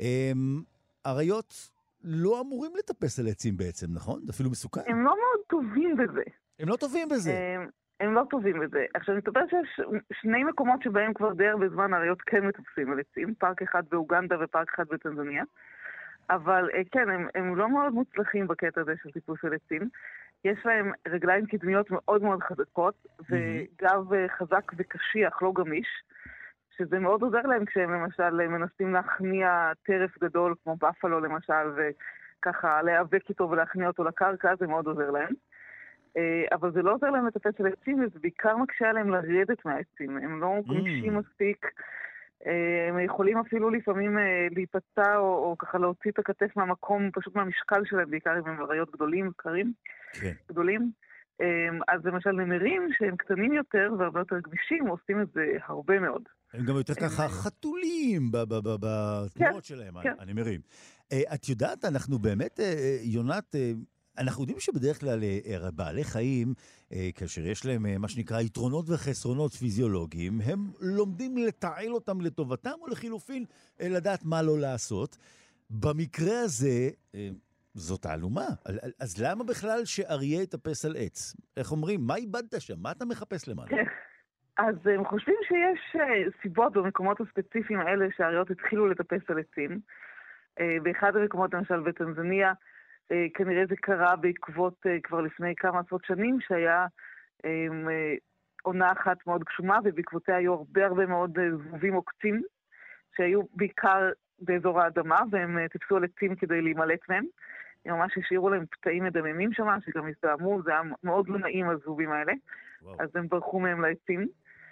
אריות לא אמורים לטפס על עצים בעצם, נכון? זה אפילו מסוכן. הם לא מאוד טובים בזה. הם לא טובים בזה. הם לא טובים בזה. עכשיו, אני מספר שיש שני מקומות שבהם כבר די הרבה זמן אריות כן מטפסים על עצים, פארק אחד באוגנדה ופארק אחד בטנזניה. אבל כן, הם לא מאוד מוצלחים בקטע הזה של טיפוס על עצים. יש להם רגליים קדמיות מאוד מאוד חזקות, וגב חזק וקשיח, לא גמיש, שזה מאוד עוזר להם כשהם למשל מנסים להכניע טרף גדול, כמו בפלו למשל, וככה להיאבק איתו ולהכניע אותו לקרקע, זה מאוד עוזר להם. אבל זה לא עוזר להם לטפס על עצים, וזה בעיקר מקשה עליהם לרדת מהעצים. הם לא גמישים מספיק, הם יכולים אפילו לפעמים להיפצע או ככה להוציא את הכתף מהמקום, פשוט מהמשקל שלהם, בעיקר אם הם אריות גדולים, קרים, גדולים. אז למשל נמרים שהם קטנים יותר והרבה יותר גמישים, עושים את זה הרבה מאוד. הם גם יותר ככה חתולים בתנועות שלהם, הנמרים. את יודעת, אנחנו באמת, יונת, אנחנו יודעים שבדרך כלל בעלי חיים, כאשר יש להם מה שנקרא יתרונות וחסרונות פיזיולוגיים, הם לומדים לתעל אותם לטובתם או לחילופין לדעת מה לא לעשות. במקרה הזה, זאת תעלומה. אז למה בכלל שאריה יטפס על עץ? איך אומרים? מה איבדת שם? מה אתה מחפש למעלה? אז הם חושבים שיש סיבות במקומות הספציפיים האלה שהאריות התחילו לטפס על עצים. באחד המקומות, למשל בטנזניה, כנראה זה קרה בעקבות כבר לפני כמה עשרות שנים, שהיה עונה אחת מאוד גשומה, ובעקבותיה היו הרבה מאוד זבובים עוקצים, שהיו בעיקר באזור האדמה, והם טיפסו על עצים כדי להימלט מהם. הם ממש השאירו להם פתאים מדממים שם, שגם הזדהמו, זה היה מאוד לא נעים הזבובים האלה, אז הם ברחו מהם לעצים.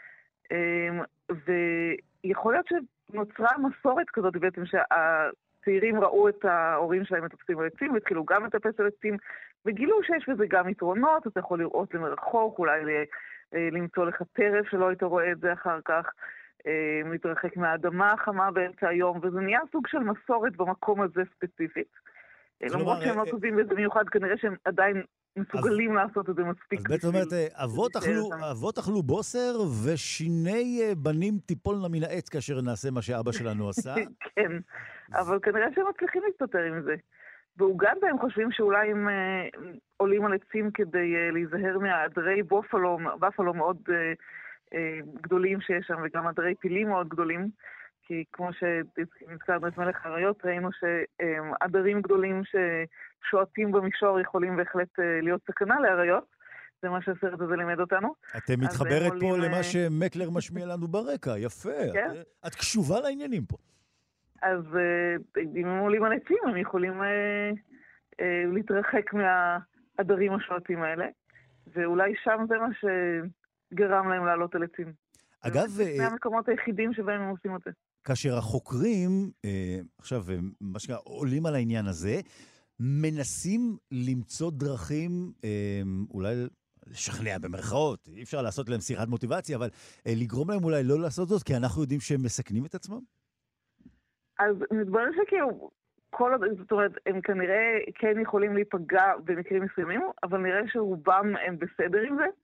ויכול להיות שנוצרה מסורת כזאת בעצם צעירים ראו את ההורים שלהם מטפסים על עצים, והתחילו גם לטפס על עצים, וגילו שיש בזה גם יתרונות, אתה יכול לראות למרחוק, אולי למצוא לך טרף שלא היית רואה את זה אחר כך, להתרחק מהאדמה החמה באמצע היום, וזה נהיה סוג של מסורת במקום הזה ספציפית. למרות שהם לא טובים בזה מיוחד, כנראה שהם עדיין מסוגלים לעשות את זה מספיק. אז בעצם אומרת, אבות אכלו בוסר ושיני בנים תיפולנה מן העץ כאשר נעשה מה שאבא שלנו עשה. כן, אבל כנראה שהם מצליחים להסתתר עם זה. באוגנדה הם חושבים שאולי הם עולים על עצים כדי להיזהר מהעדרי בפלו מאוד גדולים שיש שם, וגם עדרי פילים מאוד גדולים. כי כמו שנזכרנו את מלך האריות, ראינו שעדרים גדולים ששועטים במישור יכולים בהחלט להיות סכנה לאריות. זה מה שהסרט הזה לימד אותנו. אתם מתחברת פה למה שמקלר משמיע לנו ברקע, יפה. את קשובה לעניינים פה. אז אם הם עולים על עצים, הם יכולים להתרחק מהעדרים השועטים האלה, ואולי שם זה מה שגרם להם לעלות על עצים. אגב, זה המקומות היחידים שבהם הם עושים את זה. כאשר החוקרים, עכשיו, מה שקרה, עולים על העניין הזה, מנסים למצוא דרכים, אולי לשכנע במרכאות, אי אפשר לעשות להם שיחת מוטיבציה, אבל לגרום להם אולי לא לעשות זאת, כי אנחנו יודעים שהם מסכנים את עצמם? אז מתברר שכאילו, זאת אומרת, הם כנראה כן יכולים להיפגע במקרים מסוימים, אבל נראה שרובם הם בסדר עם זה.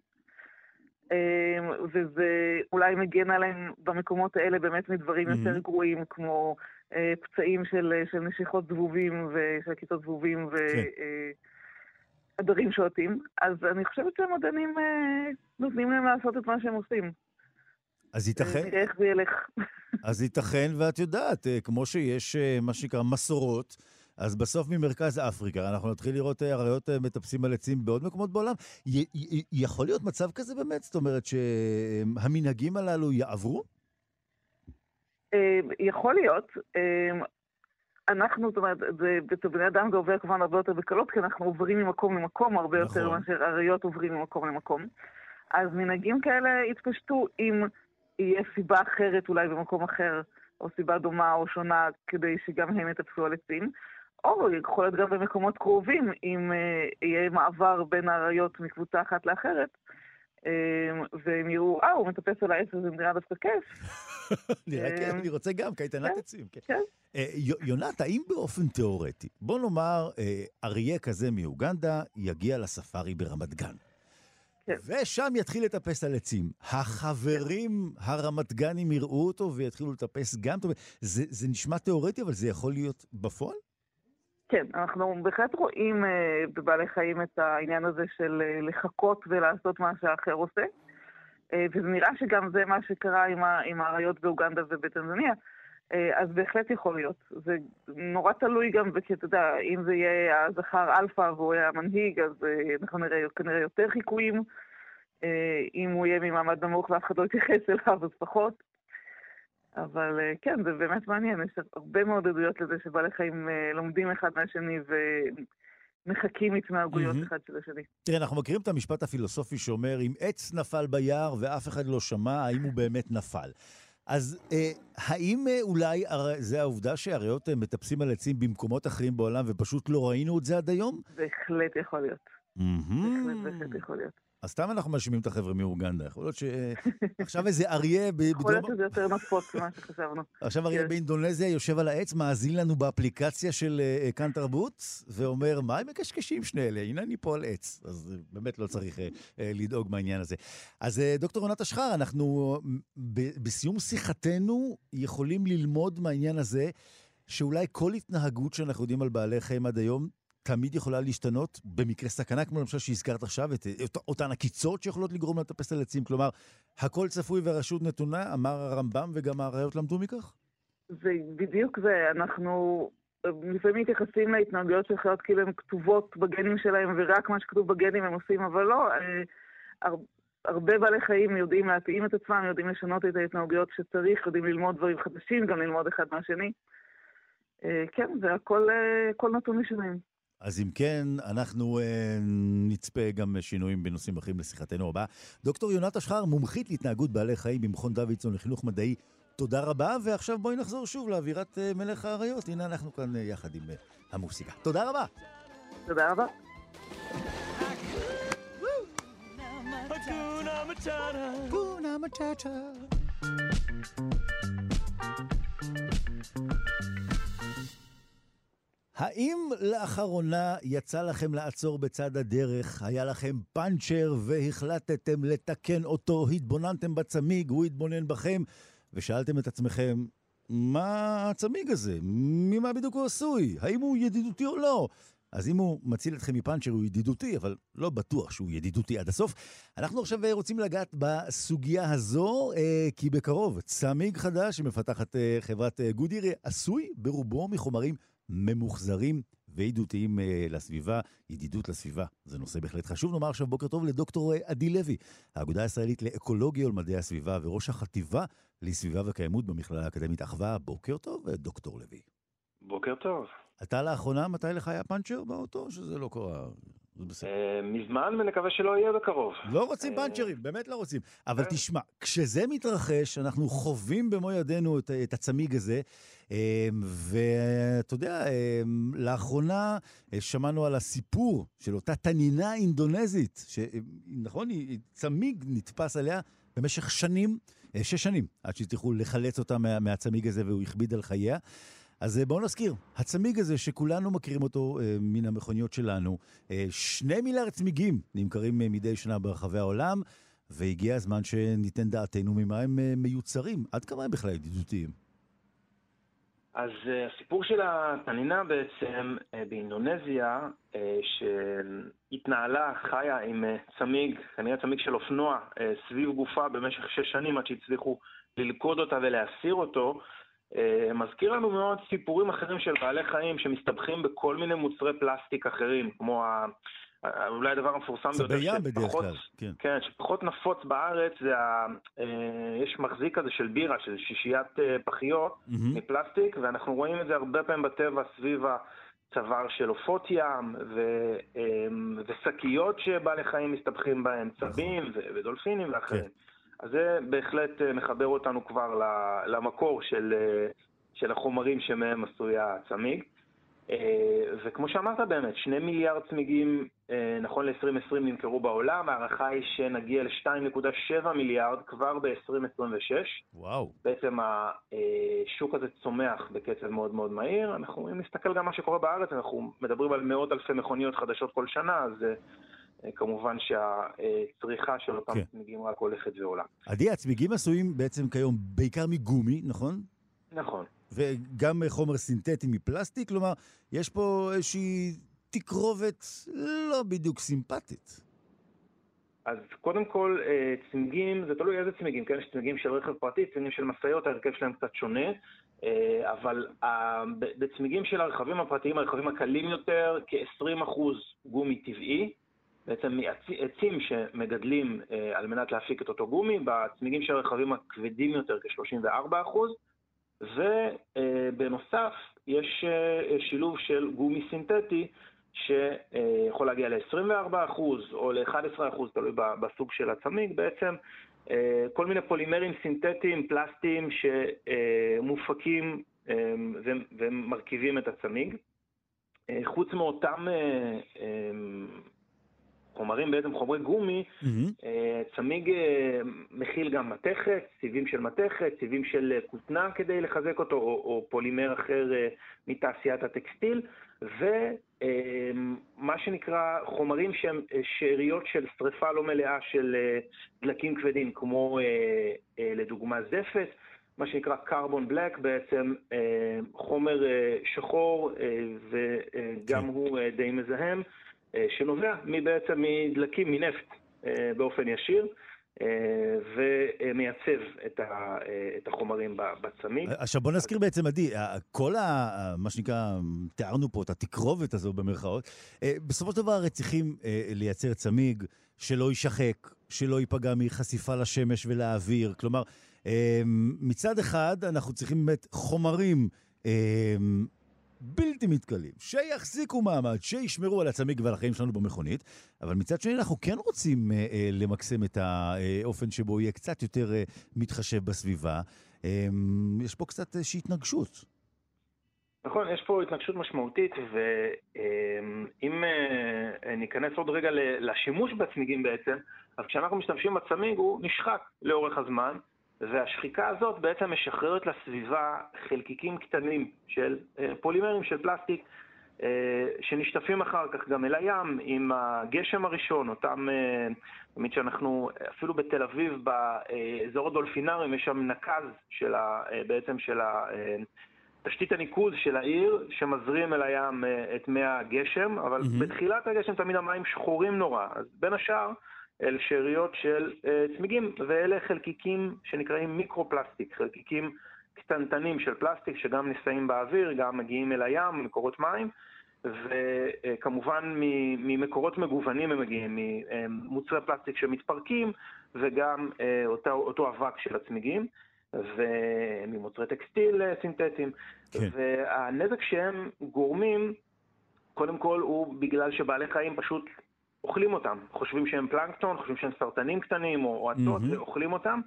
וזה אולי מגן עליהם במקומות האלה באמת מדברים יותר גרועים, כמו פצעים של נשיכות זבובים ושל כיתות זבובים ועדרים שועטים. אז אני חושבת שהמדענים נותנים להם לעשות את מה שהם עושים. אז ייתכן. נראה איך זה ילך. אז ייתכן, ואת יודעת, כמו שיש מה שנקרא מסורות, אז בסוף ממרכז אפריקה אנחנו נתחיל לראות אריות מטפסים על עצים בעוד מקומות בעולם. יכול להיות מצב כזה באמת? זאת אומרת שהמנהגים הללו יעברו? יכול להיות. אנחנו, זאת אומרת, בני אדם זה עובר כמובן הרבה יותר בקלות, כי אנחנו עוברים ממקום למקום הרבה יותר מאשר אריות עוברים ממקום למקום. אז מנהגים כאלה יתפשטו אם יהיה סיבה אחרת אולי במקום אחר, או סיבה דומה או שונה, כדי שגם הם יטפסו על עצים. או יכול להיות גם במקומות קרובים, אם יהיה מעבר בין האריות מקבוצה אחת לאחרת, והם יראו, הוא מטפס על העץ, זה נראה דווקא כיף. נראה כן, אני רוצה גם, קייטנת עצים. כן. יונת, האם באופן תיאורטי, בוא נאמר, אריה כזה מאוגנדה יגיע לספארי ברמת גן. כן. ושם יתחיל לטפס על עצים. החברים הרמת גנים יראו אותו ויתחילו לטפס גם. זה נשמע תיאורטי, אבל זה יכול להיות בפועל? כן, אנחנו בהחלט רואים בבעלי חיים את העניין הזה של לחכות ולעשות מה שהאחר עושה. וזה נראה שגם זה מה שקרה עם האריות באוגנדה ובטנזניה. אז בהחלט יכול להיות. זה נורא תלוי גם, כי אתה יודע, אם זה יהיה הזכר אלפא והוא יהיה המנהיג, אז אנחנו נראה כנראה יותר חיקויים. אם הוא יהיה ממעמד נמוך ואף אחד לא יתייחס אליו, אז פחות. אבל כן, זה באמת מעניין. יש הרבה מאוד עדויות לזה שבעלי חיים לומדים אחד מהשני ומחקים התנהגויות אחד של השני. תראה, אנחנו מכירים את המשפט הפילוסופי שאומר, אם עץ נפל ביער ואף אחד לא שמע, האם הוא באמת נפל? אז האם אולי זה העובדה שהאריות מטפסים על עצים במקומות אחרים בעולם ופשוט לא ראינו את זה עד היום? בהחלט יכול להיות. בהחלט יכול להיות. אז סתם אנחנו מאשימים את החבר'ה מאוגנדה. יכול להיות שעכשיו איזה אריה... יכול להיות שזה יותר נפוץ ממה שחשבנו. עכשיו אריה באינדונזיה יושב על העץ, מאזין לנו באפליקציה של כאן תרבות, ואומר, מה הם מקשקשים שני אלה? הנה אני פה על עץ. אז באמת לא צריך לדאוג מהעניין הזה. אז דוקטור יונת אשחר, אנחנו בסיום שיחתנו יכולים ללמוד מהעניין הזה, שאולי כל התנהגות שאנחנו יודעים על בעלי חיים עד היום, תמיד יכולה להשתנות במקרה סכנה, כמו למשל שהזכרת עכשיו, את אותן עקיצות שיכולות לגרום לטפס על עצים. כלומר, הכל צפוי והרשות נתונה, אמר הרמב"ם, וגם האריות למדו מכך? זה בדיוק זה. אנחנו לפעמים מתייחסים להתנהגויות של חיות כאילו הן כתובות בגנים שלהם, ורק מה שכתוב בגנים הם עושים, אבל לא. הרבה בעלי חיים יודעים להתאים את עצמם, יודעים לשנות את ההתנהגויות שצריך, יודעים ללמוד דברים חדשים, גם ללמוד אחד מהשני. כן, זה הכל נתון משנים. אז אם כן, אנחנו נצפה גם שינויים בנושאים אחרים לשיחתנו הבאה. דוקטור יונת אשחר, מומחית להתנהגות בעלי חיים במכון דוידסון לחינוך מדעי, תודה רבה, ועכשיו בואי נחזור שוב לאווירת מלך האריות. הנה אנחנו כאן יחד עם המוסיקה. תודה רבה. תודה רבה. Hakuna Matata. האם לאחרונה יצא לכם לעצור בצד הדרך, היה לכם פאנצ'ר והחלטתם לתקן אותו, התבוננתם בצמיג, הוא התבונן בכם, ושאלתם את עצמכם, מה הצמיג הזה? ממה בדיוק הוא עשוי? האם הוא ידידותי או לא? אז אם הוא מציל אתכם מפאנצ'ר הוא ידידותי, אבל לא בטוח שהוא ידידותי עד הסוף. אנחנו עכשיו רוצים לגעת בסוגיה הזו, כי בקרוב צמיג חדש שמפתחת חברת גודיר עשוי ברובו מחומרים ממוחזרים וידידותיים לסביבה. ידידות לסביבה זה נושא בהחלט חשוב. נאמר עכשיו בוקר טוב לדוקטור עדי לוי, האגודה הישראלית לאקולוגיה ולמדעי הסביבה וראש החטיבה לסביבה וקיימות במכללה האקדמית אחווה. בוקר טוב דוקטור לוי. בוקר טוב. אתה לאחרונה, מתי לך היה פאנצ'ר באוטו? שזה לא קורה? מזמן, ונקווה שלא יהיה בקרוב. לא רוצים פאנצ'רים, באמת לא רוצים. אבל תשמע, כשזה מתרחש, אנחנו חווים במו ידינו את הצמיג הזה, ואתה יודע, לאחרונה שמענו על הסיפור של אותה תנינה אינדונזית, שנכון, צמיג נתפס עליה במשך שנים, 6 שנים, עד שצריכו לחלץ אותה מהצמיג הזה, והוא הכביד על חייה. אז בואו נזכיר, הצמיג הזה שכולנו מכירים אותו מן המכוניות שלנו, 2 מיליארד צמיגים נמכרים מדי שנה ברחבי העולם, והגיע הזמן שניתן דעתנו ממה הם מיוצרים, עד כמה הם בכלל ידידותיים. אז הסיפור של התנינה בעצם באינדונזיה, שהתנהלה חיה עם צמיג, כנראה צמיג של אופנוע, סביב גופה במשך 6 שנים עד שהצליחו ללכוד אותה ולהסיר אותו, מזכיר לנו מאוד סיפורים אחרים של בעלי חיים שמסתבכים בכל מיני מוצרי פלסטיק אחרים, כמו אולי הדבר המפורסם ביותר שפחות נפוץ בארץ, זה יש מחזיק כזה של בירה, שזה שישיית פחיות מפלסטיק, ואנחנו רואים את זה הרבה פעמים בטבע סביב הצוואר של עופות ים ושקיות שבעלי חיים מסתבכים בהם, צבים ודולפינים ואחרים. אז זה בהחלט מחבר אותנו כבר למקור של החומרים שמהם עשוי הצמיג. וכמו שאמרת באמת, 2 מיליארד צמיגים נכון ל-2020 נמכרו בעולם, הערכה היא שנגיע ל-2.7 מיליארד כבר ב-2026. וואו. בעצם השוק הזה צומח בקצב מאוד מאוד מהיר. אנחנו, אם נסתכל גם מה שקורה בארץ, אנחנו מדברים על מאות אלפי מכוניות חדשות כל שנה, אז כמובן שהצריכה של אותם צמיגים רק הולכת ועולה. עדי, הצמיגים עשויים בעצם כיום בעיקר מגומי, נכון? נכון. וגם חומר סינתטי מפלסטיק, כלומר, יש פה איזושהי תקרובת לא בדיוק סימפטית. אז קודם כל, צמיגים, זה תלוי איזה צמיגים, כן? יש צמיגים של רכב פרטי, צמיגים של משאיות, ההרכב שלהם קצת שונה, אבל בצמיגים של הרכבים הפרטיים, הרכבים הקלים יותר, כ-20% גומי טבעי, בעצם מעצים שמגדלים על מנת להפיק את אותו גומי, בצמיגים של הרכבים הכבדים יותר, כ-34%, ובנוסף יש שילוב של גומי סינתטי שיכול להגיע ל-24% או ל-11%, תלוי בסוג של הצמיג. בעצם כל מיני פולימרים סינתטיים, פלסטיים שמופקים ומרכיבים את הצמיג. חוץ מאותם חומרים, בעצם חומרי גומי, צמיג מכיל גם מתכת, סיבים של מתכת, סיבים של כותנה כדי לחזק אותו, או פולימר אחר מתעשיית הטקסטיל, ומה שנקרא חומרים שהם שאריות של שריפה לא מלאה של דלקים כבדים, כמו לדוגמה זפת, מה שנקרא קרבון בלק, בעצם חומר שחור וגם הוא די מזהם, שנובע בעצם מדלקים, מנפט באופן ישיר, ומייצב את החומרים בצמיג. עכשיו בוא נזכיר בעצם, עדי, כל מה שנקרא, תיארנו פה את התקרובת הזו במרכאות, בסופו של דבר הרי צריכים לייצר צמיג שלא יישחק, שלא ייפגע מחשיפה לשמש ולאוויר, כלומר, מצד אחד אנחנו צריכים באמת חומרים בלתי מתקלים, שיחזיקו מעמד, שישמרו על הצמיג ועל החיים שלנו במכונית, אבל מצד שני אנחנו כן רוצים למקסם את האופן שבו יהיה קצת יותר מתחשב בסביבה. יש פה קצת איזושהי התנגשות. נכון, יש פה התנגשות משמעותית, ואם ניכנס עוד רגע לשימוש בצמיגים בעצם, אז כשאנחנו משתמשים בצמיג הוא נשחק לאורך הזמן, והשחיקה הזאת בעצם משחררת לסביבה חלקיקים קטנים של פולימרים של פלסטיק, שנשטפים אחר כך גם אל הים עם הגשם הראשון, אותם, באמת שאנחנו, אפילו בתל אביב, באזור הדולפינרים, יש שם נקז של בעצם של תשתית הניקוז של העיר, שמזרים אל הים את מי הגשם, אבל בתחילת הגשם תמיד המים שחורים נורא, אז בין השאר, אל שאריות של צמיגים, ואלה חלקיקים שנקראים מיקרו-פלסטיק, חלקיקים קטנטנים של פלסטיק שגם נישאים באוויר, גם מגיעים אל הים, מקורות מים, וכמובן ממקורות מגוונים הם מגיעים, ממוצרי פלסטיק שמתפרקים, וגם אותו אבק של הצמיגים, וממוצרי טקסטיל סינתטיים. כן. והנזק שהם גורמים, קודם כל הוא בגלל שבעלי חיים פשוט אוכלים אותם, חושבים שהם פלנקטון, חושבים שהם סרטנים קטנים או עצות, ואוכלים אותם,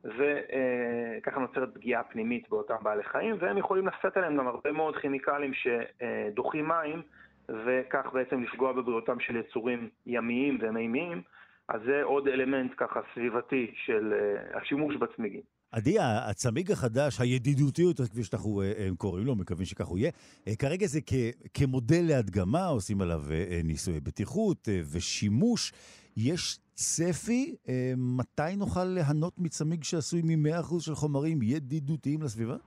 וככה נוצרת פגיעה פנימית באותם בעלי חיים, והם יכולים לשאת עליהם גם הרבה מאוד כימיקלים שדוחים מים, וכך בעצם לפגוע בבריאותם של יצורים ימיים ומימיים, אז זה עוד אלמנט ככה סביבתי של השימוש בצמיגים. עדי, הצמיג החדש, הידידותי יותר, כפי שאנחנו קוראים לו, מקווים שכך הוא יהיה, כרגע זה כמודל להדגמה, עושים עליו ניסויי בטיחות ושימוש. יש צפי מתי נוכל ליהנות מצמיג שעשוי מ-100% של חומרים ידידותיים לסביבה?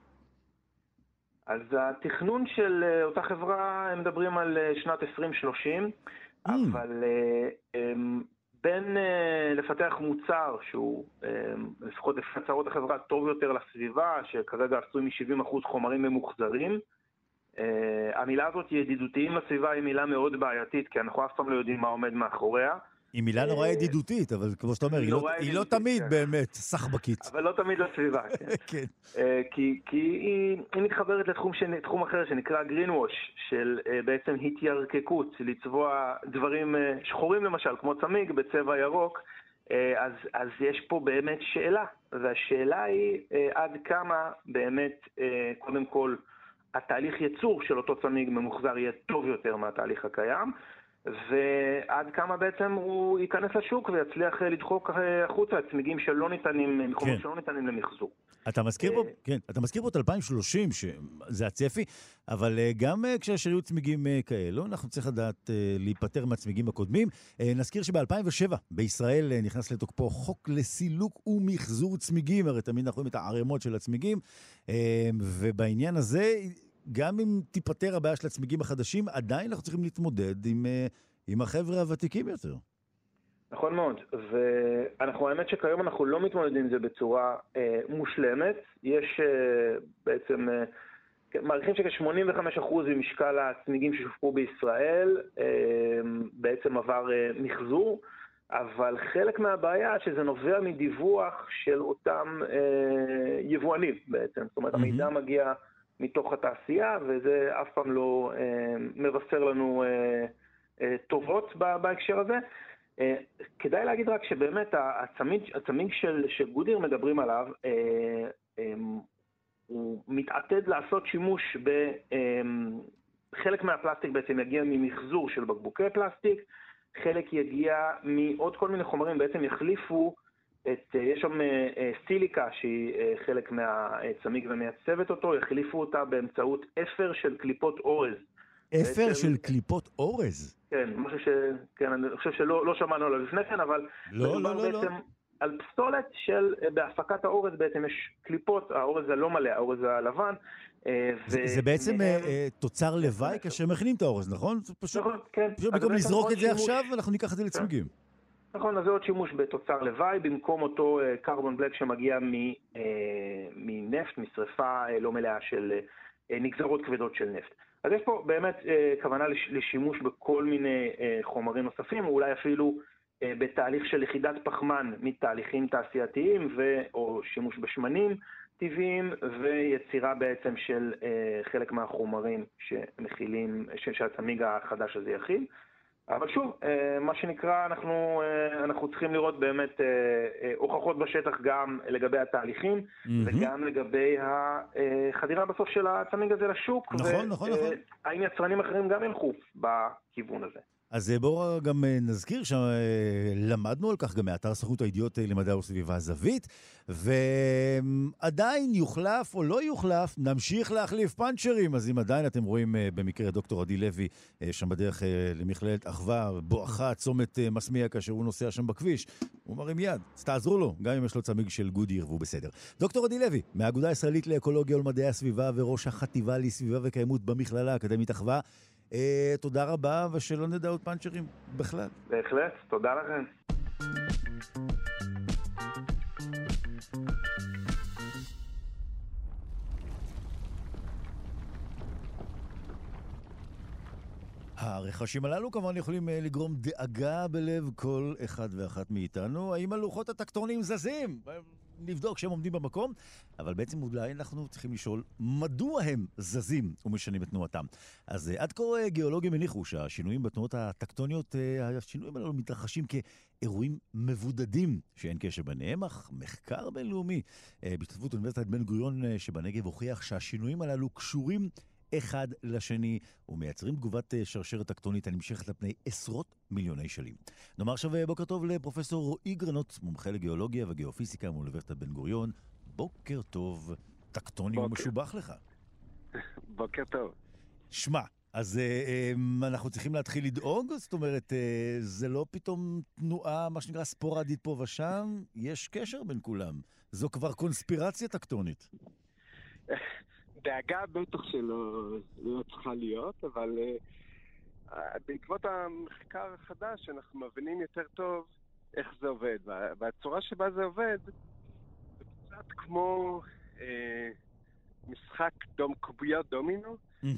אז התכנון של אותה חברה, הם מדברים על שנת 2030, אבל בין לפתח מוצר שהוא לפחות לפי הצהרות החברה טוב יותר לסביבה, שכרגע עשוי מ-70% חומרים ממוחזרים, המילה הזאת ידידותיים לסביבה היא מילה מאוד בעייתית, כי אנחנו אף פעם לא יודעים מה עומד מאחוריה. היא מילה נורא ידידותית, אבל כמו שאתה אומר, היא לא תמיד באמת סחבקית. אבל לא תמיד לסביבה, כן. כי היא מתחברת לתחום אחר שנקרא green wash, של בעצם התיירקקות, לצבוע דברים שחורים למשל, כמו צמיג בצבע ירוק, אז יש פה באמת שאלה, והשאלה היא עד כמה באמת, קודם כל, התהליך ייצור של אותו צמיג ממוחזר יהיה טוב יותר מהתהליך הקיים, ועד כמה בעצם הוא ייכנס לשוק ויצליח לדחוק החוצה את צמיגים שלא ניתנים, מקומות שלא ניתנים למחזור. אתה מזכיר פה את 2030, שזה הצפי, אבל גם כשיהיו צמיגים כאלו, אנחנו צריך לדעת להיפטר מהצמיגים הקודמים. נזכיר שב-2007 בישראל נכנס לתוקפו חוק לסילוק ומחזור צמיגים, הרי תמיד אנחנו רואים את הערימות של הצמיגים, ובעניין הזה, גם אם תיפטר הבעיה של הצמיגים החדשים, עדיין אנחנו צריכים להתמודד עם החבר'ה הוותיקים יותר. נכון מאוד, ואנחנו האמת שכיום אנחנו לא מתמודדים עם זה בצורה מושלמת. יש בעצם, מעריכים שכ-85% ממשקל הצמיגים ששופרו בישראל בעצם עבר מחזור, אבל חלק מהבעיה שזה נובע מדיווח של אותם יבואנים בעצם. זאת אומרת, המידע מגיע מתוך התעשייה, וזה אף פעם לא מבשר לנו טובות בהקשר הזה. כדאי להגיד רק שבאמת הצמיג של גודיר מדברים עליו, הוא מתעתד לעשות שימוש בחלק מהפלסטיק בעצם יגיע ממחזור של בקבוקי פלסטיק, חלק יגיע מעוד כל מיני חומרים, בעצם יחליפו יש שם סיליקה שהיא חלק מהצמיג ומייצבת אותו, יחליפו אותה באמצעות אפר של קליפות אורז. אפר של קליפות אורז? כן, אני חושב שלא שמענו עליו לפני כן, אבל לא. בעצם על פסולת של, בהפקת האורז בעצם יש קליפות, האורז הלא מלא, האורז הלבן. זה בעצם תוצר לוואי כאשר מכינים את האורז, נכון? נכון, כן. פשוט במקום לזרוק את זה עכשיו, אנחנו ניקח את זה לצמיגים. נכון, אז זה עוד שימוש בתוצר לוואי, במקום אותו קרבון בלק שמגיע מנפט, משריפה לא מלאה של נגזרות כבדות של נפט. אז יש פה באמת כוונה לשימוש בכל מיני חומרים נוספים, או אולי אפילו בתהליך של יחידת פחמן מתהליכים תעשייתיים, או שימוש בשמנים טבעיים, ויצירה בעצם של חלק מהחומרים שמכילים, שהצמיג החדש הזה יכיל. אבל שוב, מה שנקרא, אנחנו צריכים לראות באמת הוכחות בשטח גם לגבי התהליכים, וגם לגבי החדירה בסוף של הצמיג הזה לשוק, נכון. האם יצרנים אחרים גם ילכו בכיוון הזה. אז בואו גם נזכיר שלמדנו על כך גם מאתר סוכנות הידיעות למדע וסביבה הזווית, ועדיין יוחלף או לא יוחלף, נמשיך להחליף פנצ'רים. אז אם עדיין אתם רואים במקרה דוקטור עדי לוי שם בדרך למכללת אחווה, בואכה צומת מסמיע כאשר הוא נוסע שם בכביש, הוא מרים יד, אז תעזרו לו, גם אם יש לו צמיג של גודיר והוא בסדר. דוקטור עדי לוי, מהאגודה הישראלית לאקולוגיה ולמדעי הסביבה וראש החטיבה לסביבה וקיימות במכללה האקדמית אחווה, תודה רבה, ושלא נדע עוד פנצ'רים בכלל. בהחלט, תודה לכם. הרכשים הללו כמובן יכולים לגרום דאגה בלב כל אחד ואחת מאיתנו. האם הלוחות הטקטוניים זזים? נבדוק שהם עומדים במקום, אבל בעצם אולי אנחנו צריכים לשאול מדוע הם זזים ומשנים את תנועתם. אז עד כה גיאולוגים הניחו שהשינויים בתנועות הטקטוניות, השינויים הללו מתרחשים כאירועים מבודדים שאין קשר ביניהם, אך מחקר בינלאומי בהשתתפות אוניברסיטת בן גוריון שבנגב הוכיח שהשינויים הללו קשורים אחד לשני ומייצרים תגובת שרשרת טקטונית הנמשכת לפני עשרות מיליוני שנים. נאמר עכשיו בוקר טוב לפרופסור רועי גרנות, מומחה לגיאולוגיה וגיאופיזיקה מאוניברסיטת בן גוריון. בוקר טוב, טקטוני ומשובח לך. בוקר טוב. שמע, אז אנחנו צריכים להתחיל לדאוג? זאת אומרת, זה לא פתאום תנועה, מה שנקרא ספורדית פה ושם, יש קשר בין כולם. זו כבר קונספירציה טקטונית. דאגה בטח שלא צריכה להיות, אבל בעקבות המחקר החדש אנחנו מבינים יותר טוב איך זה עובד. והצורה שבה זה עובד זה קצת כמו משחק קוביות דומינו,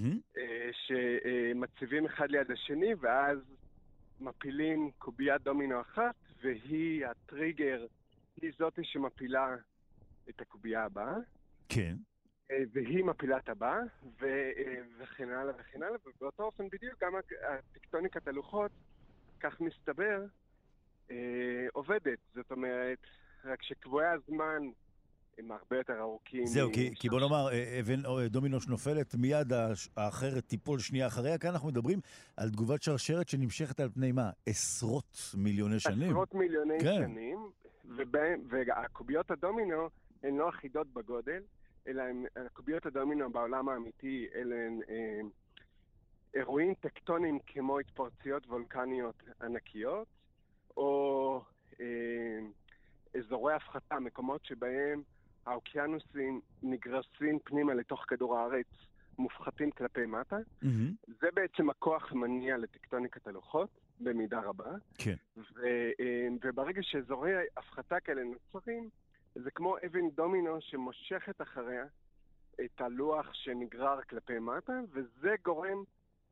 שמציבים אחד ליד השני ואז מפילים קוביית דומינו אחת, והיא הטריגר, היא זאת שמפילה את הקובייה הבאה. כן. והיא מפילה את הבא, וכן הלאה וכן הלאה, ובאותו אופן בדיוק גם הטקטוניקת הלוחות, כך מסתבר, עובדת. זאת אומרת, רק שקבועי הזמן הם הרבה יותר ארוכים. זהו, כי בוא נאמר, אבן דומינו שנופלת, מיד האחרת טיפול שנייה אחריה. כאן אנחנו מדברים על תגובת שרשרת שנמשכת על פני מה? עשרות מיליוני שנים. עשרות מיליוני שנים, והקוביות הדומינו הן לא אחידות בגודל, אלא קוביות הדומינו בעולם האמיתי, אלה הן אירועים טקטוניים כמו התפרצויות וולקניות ענקיות, או אזורי הפחתה, מקומות שבהם האוקיינוסים נגרסים פנימה לתוך כדור הארץ, מופחתים כלפי מטה. זה בעצם הכוח מניע לטקטוניקת הלוחות, במידה רבה. כן. וברגע שאזורי הפחתה כאלה נוצרים, זה כמו אבן דומינו שמושכת אחריה את הלוח שנגרר כלפי מטה, וזה גורם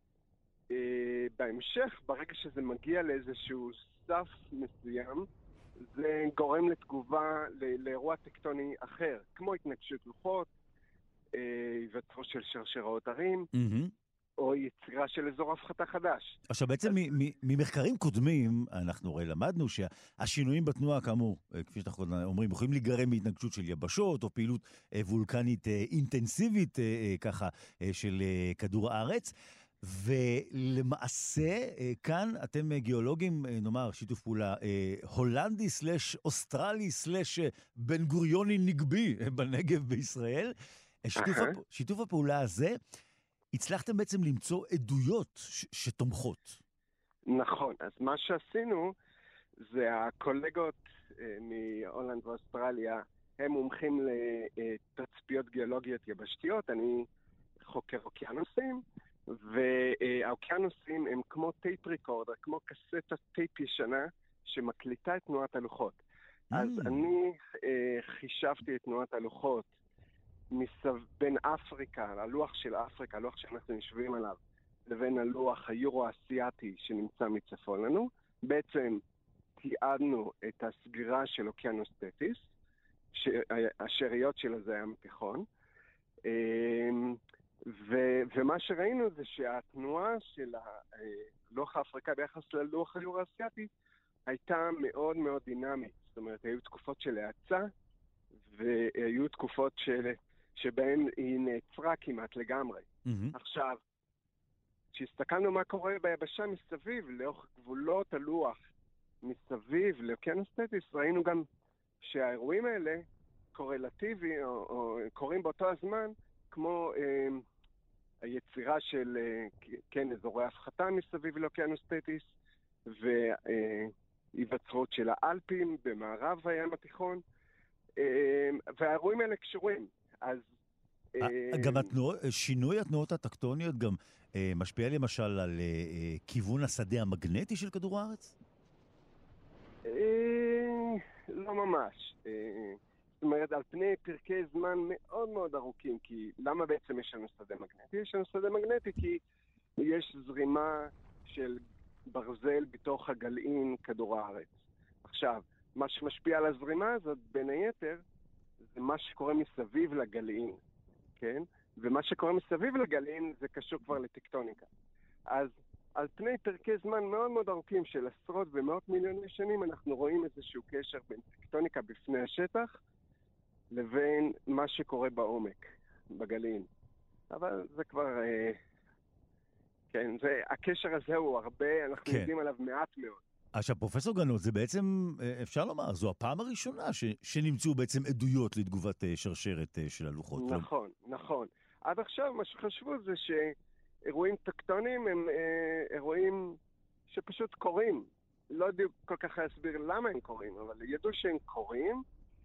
בהמשך, ברגע שזה מגיע לאיזשהו סף מסוים, זה גורם לתגובה לאירוע טקטוני אחר, כמו התנגשות לוחות, היווצרות של שרשראות הרים, או יצירה של אזור הפחתה חדש. עכשיו בעצם ממחקרים קודמים, אנחנו הרי למדנו שהשינויים בתנועה, כאמור, כפי שאנחנו אומרים, יכולים להיגרם מהתנגשות של יבשות, או פעילות וולקנית אינטנסיבית, ככה, של כדור הארץ. ולמעשה, כאן אתם גיאולוגים, נאמר, שיתוף פעולה הולנדי סלש אוסטרלי סלש בן גוריוני נגבי בנגב בישראל. שיתוף הפעולה הזה, הצלחתם בעצם למצוא עדויות שתומכות. נכון, אז מה שעשינו, זה הקולגות מהולנד ואוסטרליה, הם מומחים לתצפיות גיאולוגיות יבשתיות, אני חוקר אוקיינוסים, והאוקיינוסים הם כמו טייפ ריקורדר, כמו קסטה טייפ ישנה שמקליטה את תנועת הלוחות. אז אני חישבתי את תנועת הלוחות בין אפריקה, הלוח של אפריקה, הלוח שאנחנו נשבים עליו, לבין הלוח היורו-אסיאטי שנמצא מצפון לנו. בעצם תיעדנו את הסגירה של אוקיינוס תטיס, שהשאריות שלו זה הים התיכון, ומה שראינו זה שהתנועה של הלוח האפריקאי ביחס ללוח היורו-אסיאטי הייתה מאוד מאוד דינמית. זאת אומרת, היו תקופות של האצה, והיו תקופות שבהן היא נעצרה כמעט לגמרי. עכשיו, כשהסתכלנו מה קורה ביבשה מסביב, לאורך גבולות הלוח מסביב לאוקיינוס תטיס, ראינו גם שהאירועים האלה קורלטיבי, או קורים באותו הזמן, כמו היצירה של אזורי הפחתה מסביב לאוקיינוס תטיס, והיווצרות של האלפים במערב הים התיכון, והאירועים האלה קשורים. אז גם שינוי התנועות הטקטוניות גם משפיע למשל על כיוון השדה המגנטי של כדור הארץ? לא ממש. זאת אומרת, על פני פרקי זמן מאוד מאוד ארוכים, כי למה בעצם יש לנו שדה מגנטי? יש לנו שדה מגנטי כי יש זרימה של ברזל בתוך הגלעין כדור הארץ. עכשיו, מה שמשפיע על הזרימה הזאת, בין היתר, זה מה שקורה מסביב לגלעין, כן? ומה שקורה מסביב לגלעין זה קשור כבר לטקטוניקה. אז על פני פרקי זמן מאוד מאוד ארוכים של עשרות ומאות מיליוני שנים, אנחנו רואים איזשהו קשר בין טקטוניקה בפני השטח, לבין מה שקורה בעומק, בגלעין. אבל זה כבר, כן, הקשר הזה הוא הרבה, אנחנו יודעים עליו מעט מאוד. עכשיו, פרופסור גנות, זה בעצם, אפשר לומר, זו הפעם הראשונה שנמצאו בעצם עדויות לתגובת שרשרת של הלוחות. נכון, נכון. עד עכשיו מה שחשבו זה שאירועים טקטוניים הם אירועים שפשוט קורים. לא יודעים כל כך להסביר למה הם קורים, אבל ידעו שהם קורים,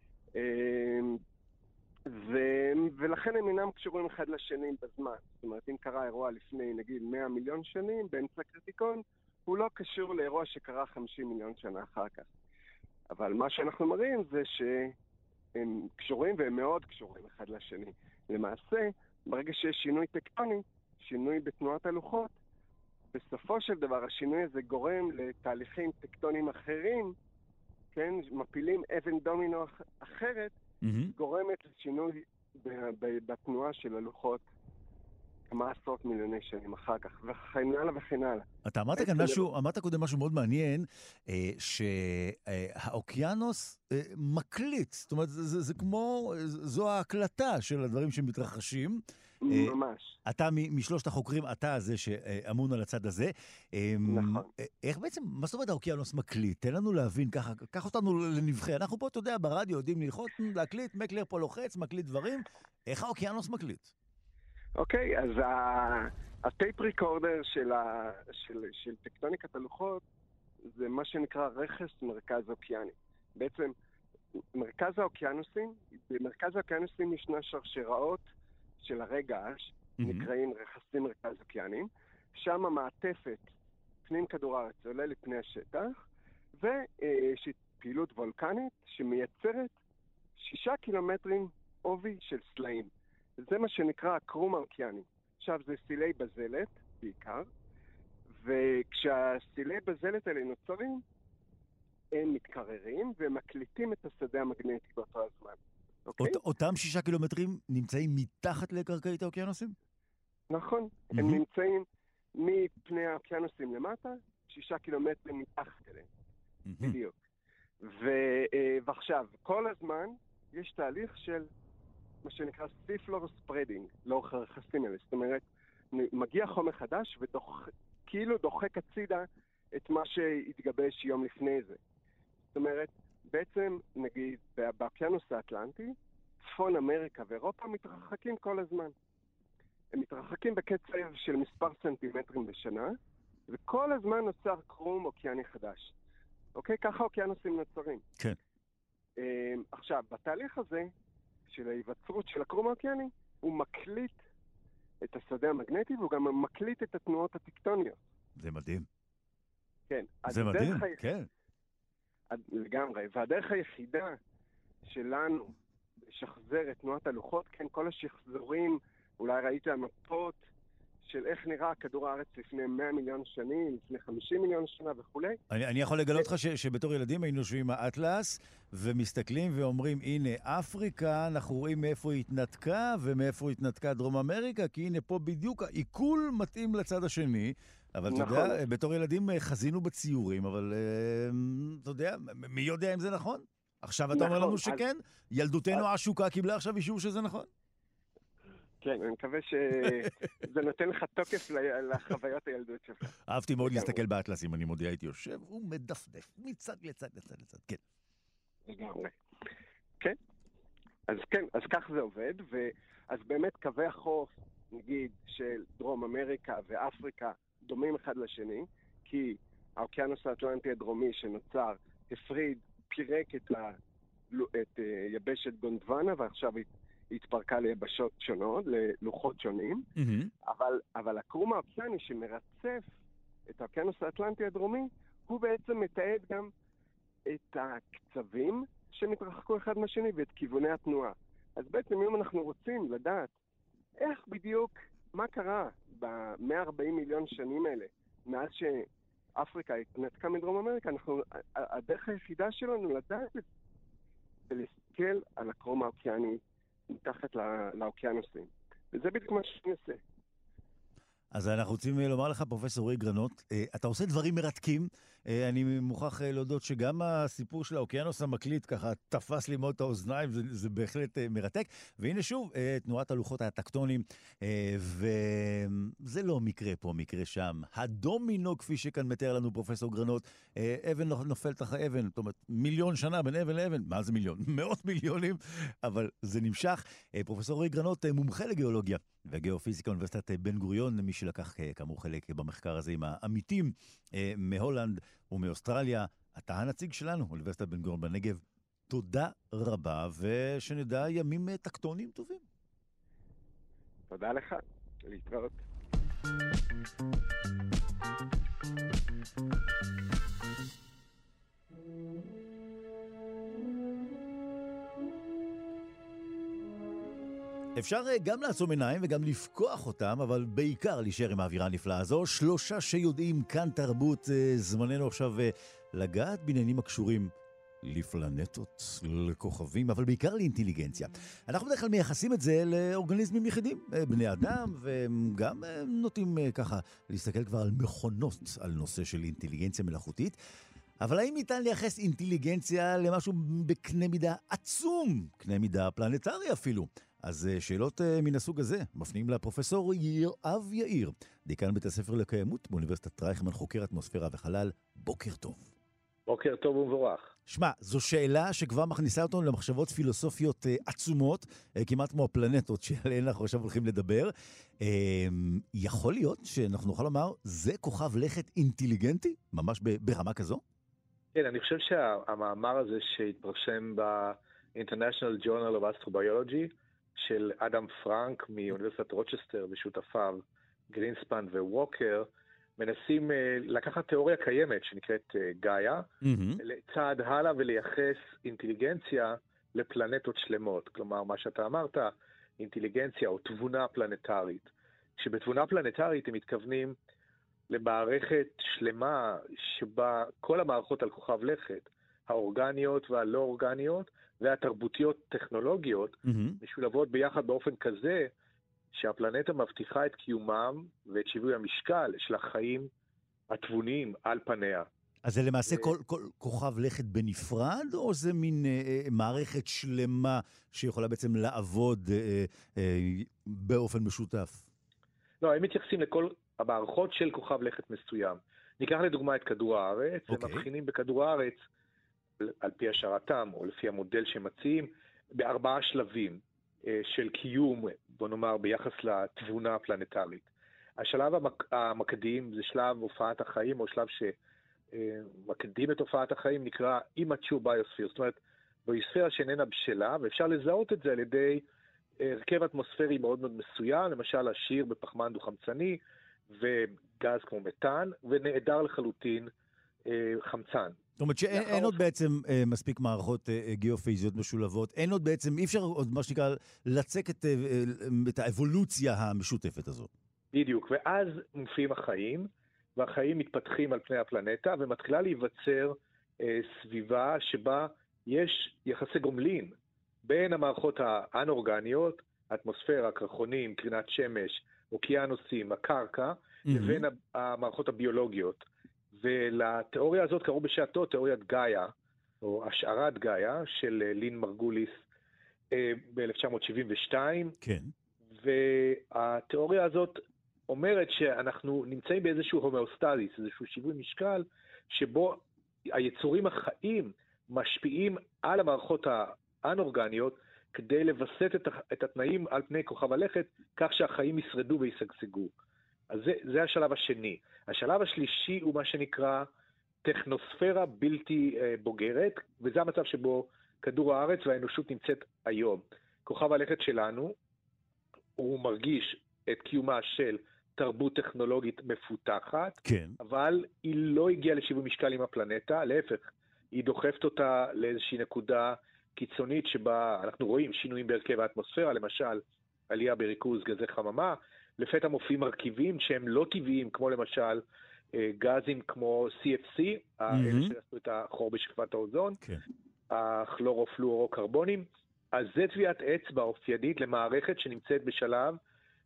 ולכן הם אינם קשורים אחד לשני בזמן. זאת אומרת, אם קרה אירוע לפני, נגיד, 100 מיליון שנים, באמצע קריטיקון, הוא לא קשור לאירוע שקרה 50 מיליון שנה אחר כך. אבל מה שאנחנו מראים זה שהם קשורים, והם מאוד קשורים אחד לשני. למעשה, ברגע שיש שינוי טקטוני, שינוי בתנועת הלוחות, בסופו של דבר השינוי הזה גורם לתהליכים טקטוניים אחרים, כן, מפילים אבן דומינו אחרת, גורמת לשינוי בתנועה של הלוחות כמה עשרות מיליוני שנים אחר כך, וכן הלאה וכן הלאה. אתה אמרת קודם משהו מאוד מעניין, שהאוקיינוס מקליט, זאת אומרת, זה כמו, זו ההקלטה של הדברים שמתרחשים. ממש. אתה משלושת החוקרים, אתה זה שאמון על הצד הזה. נכון. איך בעצם, מה זאת אומרת האוקיינוס מקליט? תן לנו להבין, קח אותנו לנבחי. אנחנו פה, אתה יודע, ברדיו יודעים ללחוץ, להקליט, מקלר פה לוחץ, מקליט דברים. איך האוקיינוס מקליט? אוקיי, אז הטייפ ריקורדר של טקטוניקת הלוחות זה מה שנקרא רכס מרכז אוקיאני. בעצם במרכז האוקיינוסים ישנה שרשראות של הרי געש, נקראים רכסים מרכז אוקיאנים, שם המעטפת פנים כדור הארץ עולה לפני השטח, ויש פעילות וולקנית שמייצרת 6 קילומטרים עובי של סלעים. זה מה שנקרא הקרום האוקיאני. עכשיו זה סילי בזלת בעיקר, וכשהסילי בזלת האלה נוצרים, הם מתקררים ומקליטים את השדה המגנטי באותו הזמן. אוקיי? אותם 6 קילומטרים נמצאים מתחת לקרקעית האוקיינוסים? נכון, הם נמצאים מפני האוקיינוסים למטה, 6 קילומטרים מתחת אליהם. בדיוק. ועכשיו, כל הזמן יש תהליך של מה שנקרא סיפלור ספרדינג, לאורך הרכסים האלה. זאת אומרת, מגיע חומר חדש וכאילו דוחק הצידה את מה שהתגבש יום לפני זה. זאת אומרת, בעצם, נגיד, באוקיינוס האטלנטי, צפון אמריקה ואירופה מתרחקים כל הזמן. הם מתרחקים בקצב של מספר סנטימטרים בשנה, וכל הזמן נוצר קרום אוקיאני חדש. אוקיי? ככה אוקיינוסים נוצרים. כן. עכשיו, בתהליך הזה, של ההיווצרות של הקרום האוקיאני, הוא מקליט את השדה המגנטי, והוא גם מקליט את התנועות הטקטוניות. זה מדהים. כן. זה מדהים, כן. לגמרי. והדרך היחידה שלנו לשחזר את תנועת הלוחות, כן, כל השחזורים, אולי ראית מפות של איך נראה כדור הארץ לפני 100 מיליון שנים, לפני 50 מיליון שנה וכו'. אני יכול לגלות לך שבתור ילדים היינו יושבים עם האטלס, ומסתכלים ואומרים, הנה אפריקה, אנחנו רואים מאיפה היא התנתקה, ומאיפה היא התנתקה דרום אמריקה, כי הנה פה בדיוק העיכול מתאים לצד השני, אבל אתה יודע, בתור ילדים חזינו בציורים, אבל אתה יודע, מי יודע אם זה נכון? עכשיו אתה אומר לנו שכן, ילדותנו העשוקה קיבלה עכשיו אישור שזה נכון. כן, אני מקווה שזה נותן לך תוקף לחוויות הילדות שלך. אהבתי מאוד להסתכל באטלסים, אני מודיע, הייתי יושב, הוא מדפדף מצד לצד, כן. לגמרי. כן. אז כך זה עובד, אז באמת קווי החוף, נגיד, של דרום אמריקה ואפריקה, דומים אחד לשני, כי האוקיינוס האטלנטי הדרומי שנוצר, הפריד, פירק את יבשת גונדואנה, ועכשיו התפרקה ליבשות שונות, ללוחות שונים, אבל הקרום האוקיאני שמרצף את האוקיינוס האטלנטי הדרומי, הוא בעצם מתעד גם את הקצבים שמתרחקו אחד מהשני ואת כיווני התנועה. אז בעצם אם אנחנו רוצים לדעת איך בדיוק, מה קרה ב-140 מיליון שנים האלה, מאז שאפריקה התנתקה מדרום אמריקה, הדרך היחידה שלנו לדעת את זה, ולהסתכל על הקרום האוקיאני מתחת לאוקיינוסים. וזה בדיוק מה שאני עושה. אז אנחנו רוצים לומר לך, פרופסור רועי גרנות, אתה עושה דברים מרתקים. אני מוכרח להודות שגם הסיפור של האוקיינוס המקליט ככה תפס לי מאוד את האוזניים, זה בהחלט מרתק. והנה שוב, תנועת הלוחות הטקטונים, וזה לא מקרה פה, מקרה שם. הדומינו, כפי שכאן מתאר לנו פרופסור גרנות, אבן נופלת אחרי אבן, זאת אומרת, 1,000,000 שנה בין אבן לאבן, מה זה 1,000,000? 100,000,000, אבל זה נמשך. פרופסור רועי גרנות, מומחה לגיאולוגיה וגיאופיזיקה אוניברסיטת בן גוריון, מי שלקח כאמור חלק במחקר הזה עם העמיתים מהולנד ומאוסטרליה. אתה הנציג שלנו, אוניברסיטת בן גוריון בנגב. תודה רבה, ושנדע ימים טקטוניים טובים. תודה לך, להתראות. אפשר גם לעצום עיניים וגם לפקוח אותם, אבל בעיקר להישאר עם האווירה הנפלאה הזו. 3 שיודעים כאן תרבות, זמננו עכשיו לגעת בעניינים הקשורים לפלנטות, לכוכבים, אבל בעיקר לאינטליגנציה. אנחנו בדרך כלל מייחסים את זה לאורגניזמים יחידים, בני אדם, וגם נוטים ככה להסתכל כבר על מכונות, על נושא של אינטליגנציה מלאכותית. אבל האם ניתן לייחס אינטליגנציה למשהו בקנה מידה עצום, קנה מידה פלנטרי אפילו? אז שאלות מן הסוג הזה מפנים לפרופסור יואב יאיר, דיקן בית הספר לקיימות באוניברסיטת רייכמן, חוקר אטמוספירה וחלל. בוקר טוב. בוקר טוב ומבורך. שמע, זו שאלה שכבר מכניסה אותנו למחשבות פילוסופיות עצומות, כמעט כמו הפלנטות שעליהן אנחנו עכשיו הולכים לדבר. יכול להיות שאנחנו נוכל לומר, זה כוכב לכת אינטליגנטי? ממש ברמה כזו? כן, אני חושב שהמאמר הזה שהתפרסם ב-International Journal of Astrobiology של אדם פרנק מאוניברסיטת רוצ'סטר ושותפיו גרינספן וווקר, מנסים לקחת תיאוריה קיימת שנקראת גאיה, לצעד הלאה ולייחס אינטליגנציה לפלנטות שלמות. כלומר, מה שאתה אמרת, אינטליגנציה או תבונה פלנטרית. כשבתבונה פלנטרית הם מתכוונים למערכת שלמה שבה כל המערכות על כוכב לכת, האורגניות והלא אורגניות והתרבותיות טכנולוגיות, משולבות ביחד באופן כזה שהפלנטה מבטיחה את קיומם ואת שיווי המשקל של החיים התבוניים על פניה. אז זה למעשה כל כוכב לכת בנפרד, או זה מין מערכת שלמה שיכולה בעצם לעבוד באופן משותף? לא, הם מתייחסים לכל המערכות של כוכב לכת מסוים. ניקח לדוגמה את כדור הארץ, הם מבחינים בכדור הארץ, על פי השערתם או לפי המודל שמציעים, ב4 שלבים של קיום, בוא נאמר, ביחס לתבונה הפלנטרית. השלב המקדים זה שלב הופעת החיים, או שלב שמקדים את הופעת החיים, נקרא immature biosphere, זאת אומרת, ביוספירה שאיננה בשלה, ואפשר לזהות את זה על ידי הרכב אטמוספרי מאוד מאוד מסוים, למשל עשיר בפחמן דו-חמצני, וגז כמו מתאן, ונעדר לחלוטין חמצן. זאת אומרת שאין עוד בעצם מספיק מערכות גיאופיזיות משולבות, אין עוד בעצם, אי אפשר עוד מה שנקרא לצק את האבולוציה המשותפת הזו. בדיוק, ואז מופיעים החיים, והחיים מתפתחים על פני הפלנטה, ומתחילה להיווצר סביבה שבה יש יחסי גומלין בין המערכות האנאורגניות, האטמוספירה, הקרחונים, קרינת שמש, אוקיינוסים, הקרקע, לבין המערכות הביולוגיות. ולתיאוריה הזאת קראו בשעתו תיאוריית גאיה, או השערת גאיה, של לין מרגוליס ב-1972. כן. והתיאוריה הזאת אומרת שאנחנו נמצאים באיזשהו הומאוסטזיס, איזשהו שיווי משקל, שבו היצורים החיים משפיעים על המערכות האנאורגניות, כדי לבסט את התנאים על פני כוכב הלכת, כך שהחיים ישרדו וישגשגו. אז זה השלב השני. השלב השלישי הוא מה שנקרא טכנוספירה בלתי בוגרת, וזה המצב שבו כדור הארץ והאנושות נמצאת היום. כוכב הלכת שלנו, הוא מרגיש את קיומה של תרבות טכנולוגית מפותחת, כן. אבל היא לא הגיעה לשיווי משקל עם הפלנטה, להפך, היא דוחפת אותה לאיזושהי נקודה קיצונית שבה אנחנו רואים שינויים בהרכב האטמוספירה, למשל עלייה בריכוז גזי חממה, לפתע מופיעים מרכיבים שהם לא טבעיים, כמו למשל גזים כמו CFC, אלה שעשו את החור בשכבת האוזון, כן. הכלורופלואורוקרבונים, אז זה טביעת אצבע אופיינית למערכת שנמצאת בשלב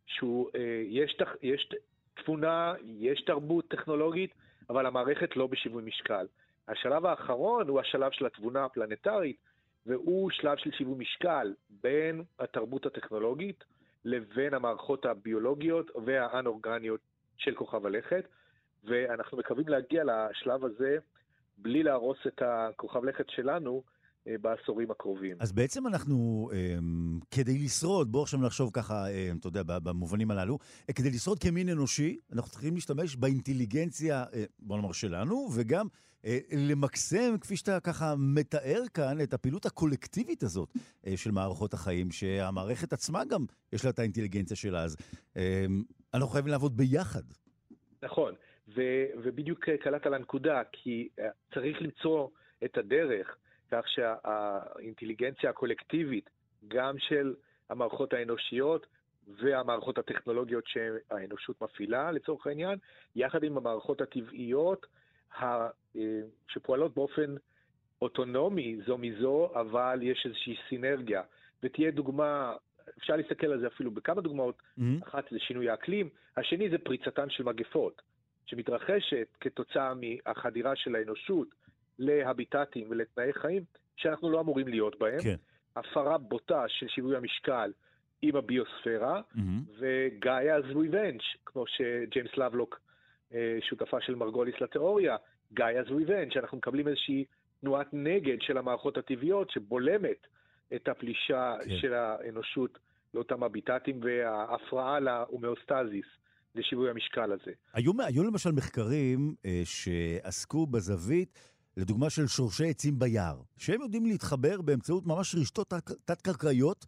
יש תפונה, יש תרבות טכנולוגית, אבל המערכת לא בשיווי משקל. השלב האחרון הוא השלב של התבונה הפלנטרית, והוא שלב של שיווי משקל בין התרבות הטכנולוגית לבין המערכות הביולוגיות והאנאורגניות של כוכב הלכת, ואנחנו מקווים להגיע לשלב הזה בלי להרוס את הכוכב לכת שלנו בעשורים הקרובים. אז בעצם אנחנו, כדי לשרוד, בואו עכשיו נחשוב ככה, אתה יודע, במובנים הללו, כדי לשרוד כמין אנושי, אנחנו צריכים להשתמש באינטליגנציה, בוא נאמר שלנו, וגם למקסם, כפי שאתה ככה מתאר כאן, את הפעילות הקולקטיבית הזאת של מערכות החיים, שהמערכת עצמה גם יש לה את האינטליגנציה שלה, אז אנחנו חייבים לעבוד ביחד. נכון, ובדיוק קלעת על הנקודה, כי צריך למצוא את הדרך, כך שהאינטליגנציה הקולקטיבית, גם של המערכות האנושיות והמערכות הטכנולוגיות שהאנושות מפעילה לצורך העניין, יחד עם המערכות הטבעיות שפועלות באופן אוטונומי זו מזו, אבל יש איזושהי סינרגיה. ותהיה דוגמה, אפשר להסתכל על זה אפילו בכמה דוגמאות, אחת זה שינוי האקלים, השני זה פריצתן של מגפות, שמתרחשת כתוצאה מהחדירה של האנושות להביטטים ולתנאי חיים, שאנחנו לא אמורים להיות בהם. כן. הפרה בוטה של שיווי המשקל עם הביוספירה, וגאיא's revenge, כמו שג'יימס לבלוק, שותפה של מרגוליס לתיאוריה, גאיא's revenge, שאנחנו מקבלים איזושהי תנועת נגד של המערכות הטבעיות, שבולמת את הפלישה של האנושות לאותם הביטטים, וההפרעה להומאוסטזיס, לשיווי המשקל הזה. היו למשל מחקרים שעסקו בזווית, לדוגמה של שורשי עצים ביער, שהם יודעים להתחבר באמצעות ממש רשתות תת-קרקעיות,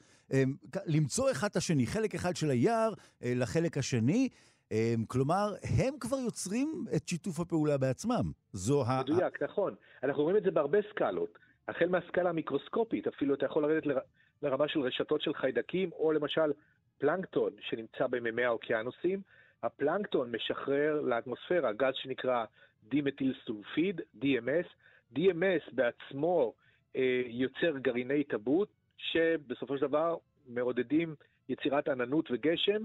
למצוא אחד את השני, חלק אחד של היער לחלק השני, כלומר, הם כבר יוצרים את שיתוף הפעולה בעצמם. מדויק, נכון. אנחנו רואים את זה בהרבה סקלות. החל מהסקלה המיקרוסקופית, אפילו אתה יכול לרדת לרמה של רשתות של חיידקים, או למשל פלנקטון שנמצא במימי האוקיינוסים. הפלנקטון משחרר לאטמוספירה גז שנקרא דימתיל סולפיד, DMS. DMS בעצמו יוצר גרעיני התאבות, שבסופו של דבר מעודדים יצירת עננות וגשם,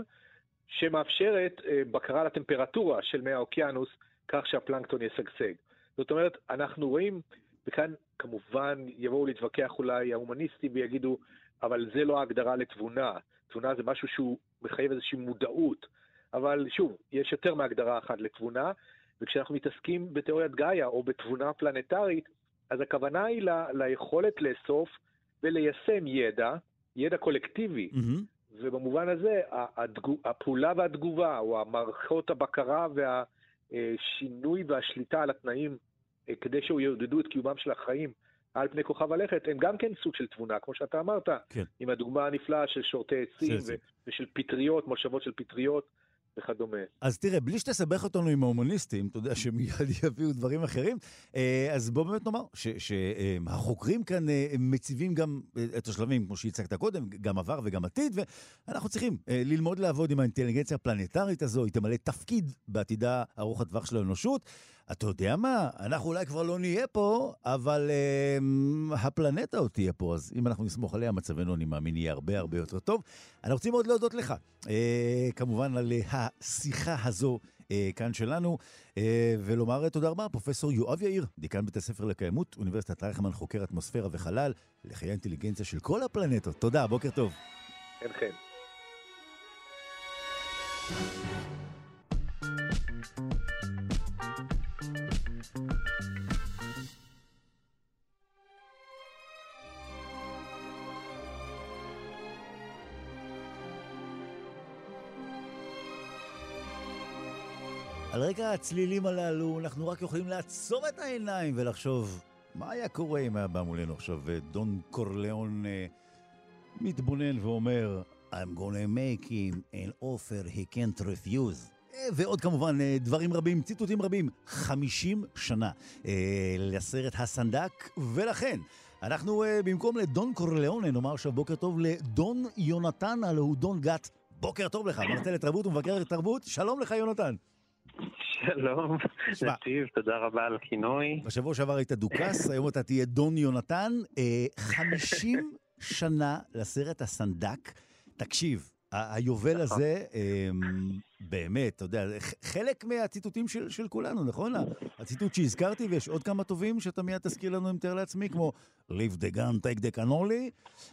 שמאפשרת בקרה לטמפרטורה של מי האוקיינוס, כך שהפלנקטון ישגשג. זאת אומרת, אנחנו רואים, וכאן כמובן יבואו להתווכח אולי ההומניסטים ויגידו, אבל זה לא ההגדרה לתבונה. תבונה זה משהו שהוא מחייב איזושהי מודעות. אבל שוב, יש יותר מהגדרה אחת לתבונה, וכשאנחנו מתעסקים בתיאוריית גאיה או בתבונה פלנטרית, אז הכוונה היא ליכולת לאסוף וליישם ידע קולקטיבי. ובמובן הזה, הפעולה והתגובה, או המערכות הבקרה והשינוי והשליטה על התנאים, כדי שהוא יעודדו את קיומם של החיים על פני כוכב הלכת, הם גם כן סוג של תבונה, כמו שאתה אמרת, כן. עם הדוגמה הנפלאה של שורתי עצים ושל פטריות, מושבות של פטריות וכדומה. אז תראה, בלי שתסבך אותנו עם ההומניסטים, אתה יודע שמיד יביאו דברים אחרים, אז בוא באמת נאמר שהחוקרים כאן מציבים גם את השלבים, כמו שהצגת קודם, גם עבר וגם עתיד, ואנחנו צריכים ללמוד לעבוד עם האינטליגנציה הפלנטרית הזו, היא תמלא תפקיד בעתידה ארוך הטווח של האנושות. אתה יודע מה? אנחנו אולי כבר לא נהיה פה, אבל הפלנטה עוד תהיה פה, אז אם אנחנו נסמוך עליה, מצבנו, אני מאמין, יהיה הרבה הרבה יותר טוב. אני רוצים מאוד להודות לך, כמובן על השיחה הזו כאן שלנו, ולומר תודה רבה, פרופסור יואב יאיר, דיקן בית הספר לקיימות, אוניברסיטת רייכמן, חוקר אטמוספירה וחלל, לחיי האינטליגנציה של כל הפלנטות. תודה, בוקר טוב. כן. על רקע הצלילים הללו, אנחנו רק יכולים לעצום את העיניים ולחשוב, מה היה קורה אם היה בא מולנו עכשיו דון קורליאון מתבונן ואומר, I'm gonna make him an offer he can't refuse. ועוד כמובן דברים רבים, ציטוטים רבים, 50 שנה לסרט הסנדק, ולכן אנחנו במקום לדון קורליאון נאמר עכשיו בוקר טוב לדון יונתן, הלא הוא דון גת. בוקר טוב לך, מרצה לתרבות ומבקר תרבות, שלום לך יונתן. שלום, נתיב, תודה רבה על הכינוי. בשבוע שעבר היית דוקס, היום אתה תהיה דון יונתן. 50 שנה לסרט הסנדק. תקשיב, היובל הזה, באמת, אתה יודע, חלק מהציטוטים של כולנו, נכון? הציטוט שהזכרתי, ויש עוד כמה טובים שאתה מיד תזכיר לנו עם תאר לעצמי, כמו Leave the gun, take the cannoli.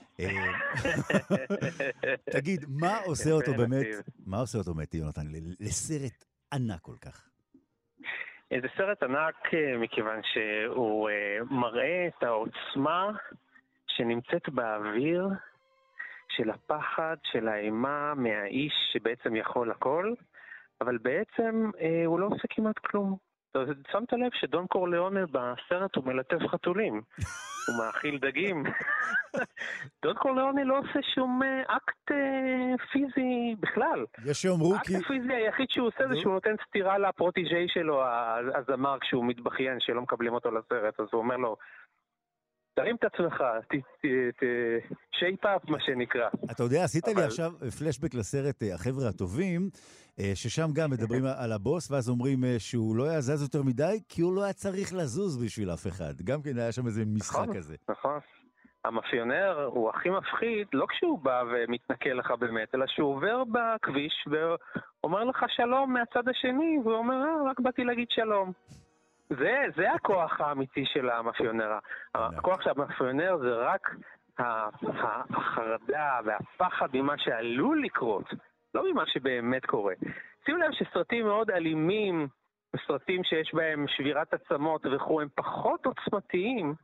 תגיד, מה עושה אותו באמת, מה עושה אותו באמת, יונתן, לסרט ענק כל כך? זה סרט ענק מכיוון שהוא מראה את העוצמה שנמצאת באוויר, של הפחד, של האימה מהאיש שבעצם יכול הכל, אבל בעצם הוא לא עושה כמעט כלום. שמת לב שדון קורליאונה בסרט הוא מלטף חתולים, הוא מאכיל דגים. דון קורליאונה לא עושה שום אקט פיזי בכלל. יש שאומרו כי... האקט הפיזי היחיד שהוא עושה זה שהוא נותן סתירה לפרוטיג'י שלו, הזמר, כשהוא מתבכיין שלא מקבלים אותו לסרט, אז הוא אומר לו, תרים את עצמך, שייפ אפ מה שנקרא. אתה יודע, עשית לי עכשיו פלשבק לסרט החבר'ה הטובים, ששם גם מדברים על הבוס, ואז אומרים שהוא לא היה זז יותר מדי, כי הוא לא היה צריך לזוז בשביל אף אחד. גם כן היה שם איזה משחק כזה. נכון. המאפיונר הוא הכי מפחיד, לא כשהוא בא ומתנקל לך באמת, אלא שהוא עובר בכביש ואומר לך שלום מהצד השני, והוא אומר, רק באתי להגיד שלום. זה הכוח האמיתי של המאפיונר. הכוח של המאפיונר זה רק החרדה והפחד ממה שעלול לקרות, לא ממה שבאמת קורה. שימו לב שסרטים מאוד אלימים, סרטים שיש בהם שבירת עצמות וכו', הם פחות עוצמתיים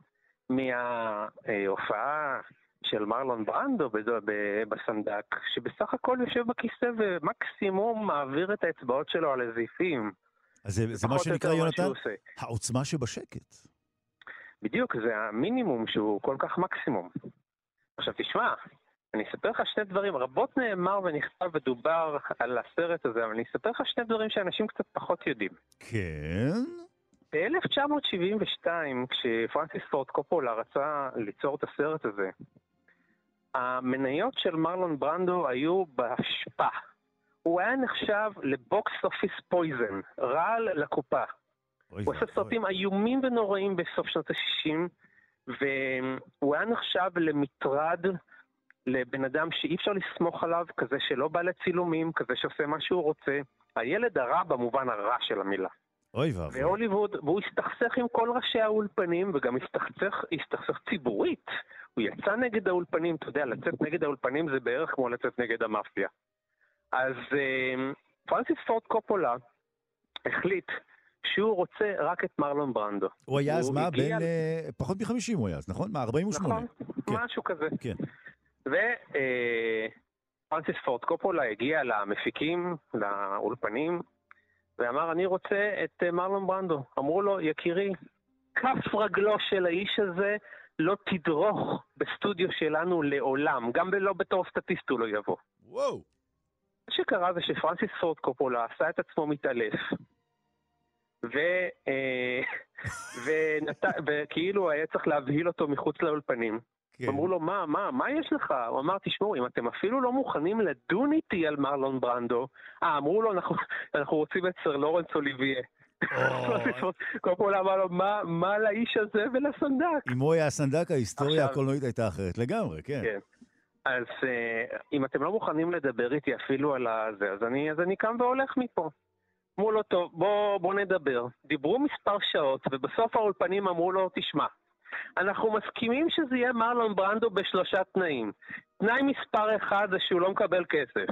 מההופעה של מרלון ברנדו בסנדק, שבסך הכל יושב בכיסא ומקסימום מעביר את האצבעות שלו על הזיפים. אז זה מה שנקרא, יונתן, העוצמה שבשקט. בדיוק, זה המינימום שהוא כל כך מקסימום. עכשיו תשמע, אני אספר לך שני דברים, רבות נאמר ונכתב ודובר על הסרט הזה, אבל אני אספר לך שני דברים שאנשים קצת פחות יודעים. כן? ב-1972, כשפרנסיס פורד קופולה רצה ליצור את הסרט הזה, המניות של מרלון ברנדו היו בהשפעה. הוא היה נחשב לבוקס אופיס פויזן, רעל לקופה. הוא עושה סרטים איומים ונוראים בסוף שנות ה-60, והוא היה נחשב למטרד, לבן אדם שאי אפשר לסמוך עליו, כזה שלא בא לצילומים, כזה שעושה מה שהוא רוצה. הילד הרע במובן הרע של המילה. אוי ואבוי. והוליווד, והוא הסתכסך עם כל ראשי האולפנים, וגם הסתכסך ציבורית. הוא יצא נגד האולפנים, אתה יודע, לצאת נגד האולפנים זה בערך כמו לצאת נגד המאפיה. אז פרנסיס פורד קופולה החליט שהוא רוצה רק את מרלון ברנדו. הוא היה אז מה? בין פחות מ-50 הוא היה אז, נכון? מה? 48? נכון, משהו כזה. כן. ופרנסיס פורד קופולה הגיע למפיקים, לאולפנים, ואמר, אני רוצה את מרלון ברנדו. אמרו לו, יקירי, כף רגלו של האיש הזה לא תדרוך בסטודיו שלנו לעולם. גם לא בתור סטטיסט הוא לא יבוא. וואו. מה שקרה זה שפרנסיס פורד קופולה עשה את עצמו מתעלף, וכאילו היה צריך להבהיל אותו מחוץ לאולפנים. אמרו לו, מה יש לך? הוא אמר, תשמעו, אם אתם אפילו לא מוכנים לדון איתי על מרלון ברנדו, אמרו לו, אנחנו רוצים את סר לורנס אוליביה. קופולה אמר לו, מה לאיש הזה ולסנדק? אם הוא היה הסנדק, ההיסטוריה הקולנועית הייתה אחרת לגמרי, כן. אז אם אתם לא מוכנים לדבר איתי אפילו על זה, אז אני קם והולך מפה. אמרו לו, טוב, בוא נדבר. דיברו מספר שעות, ובסוף האולפנים אמרו לו, תשמע, אנחנו מסכימים שזה יהיה מרלון ברנדו בשלושה תנאים. תנאי מספר 1 זה שהוא לא מקבל כסף.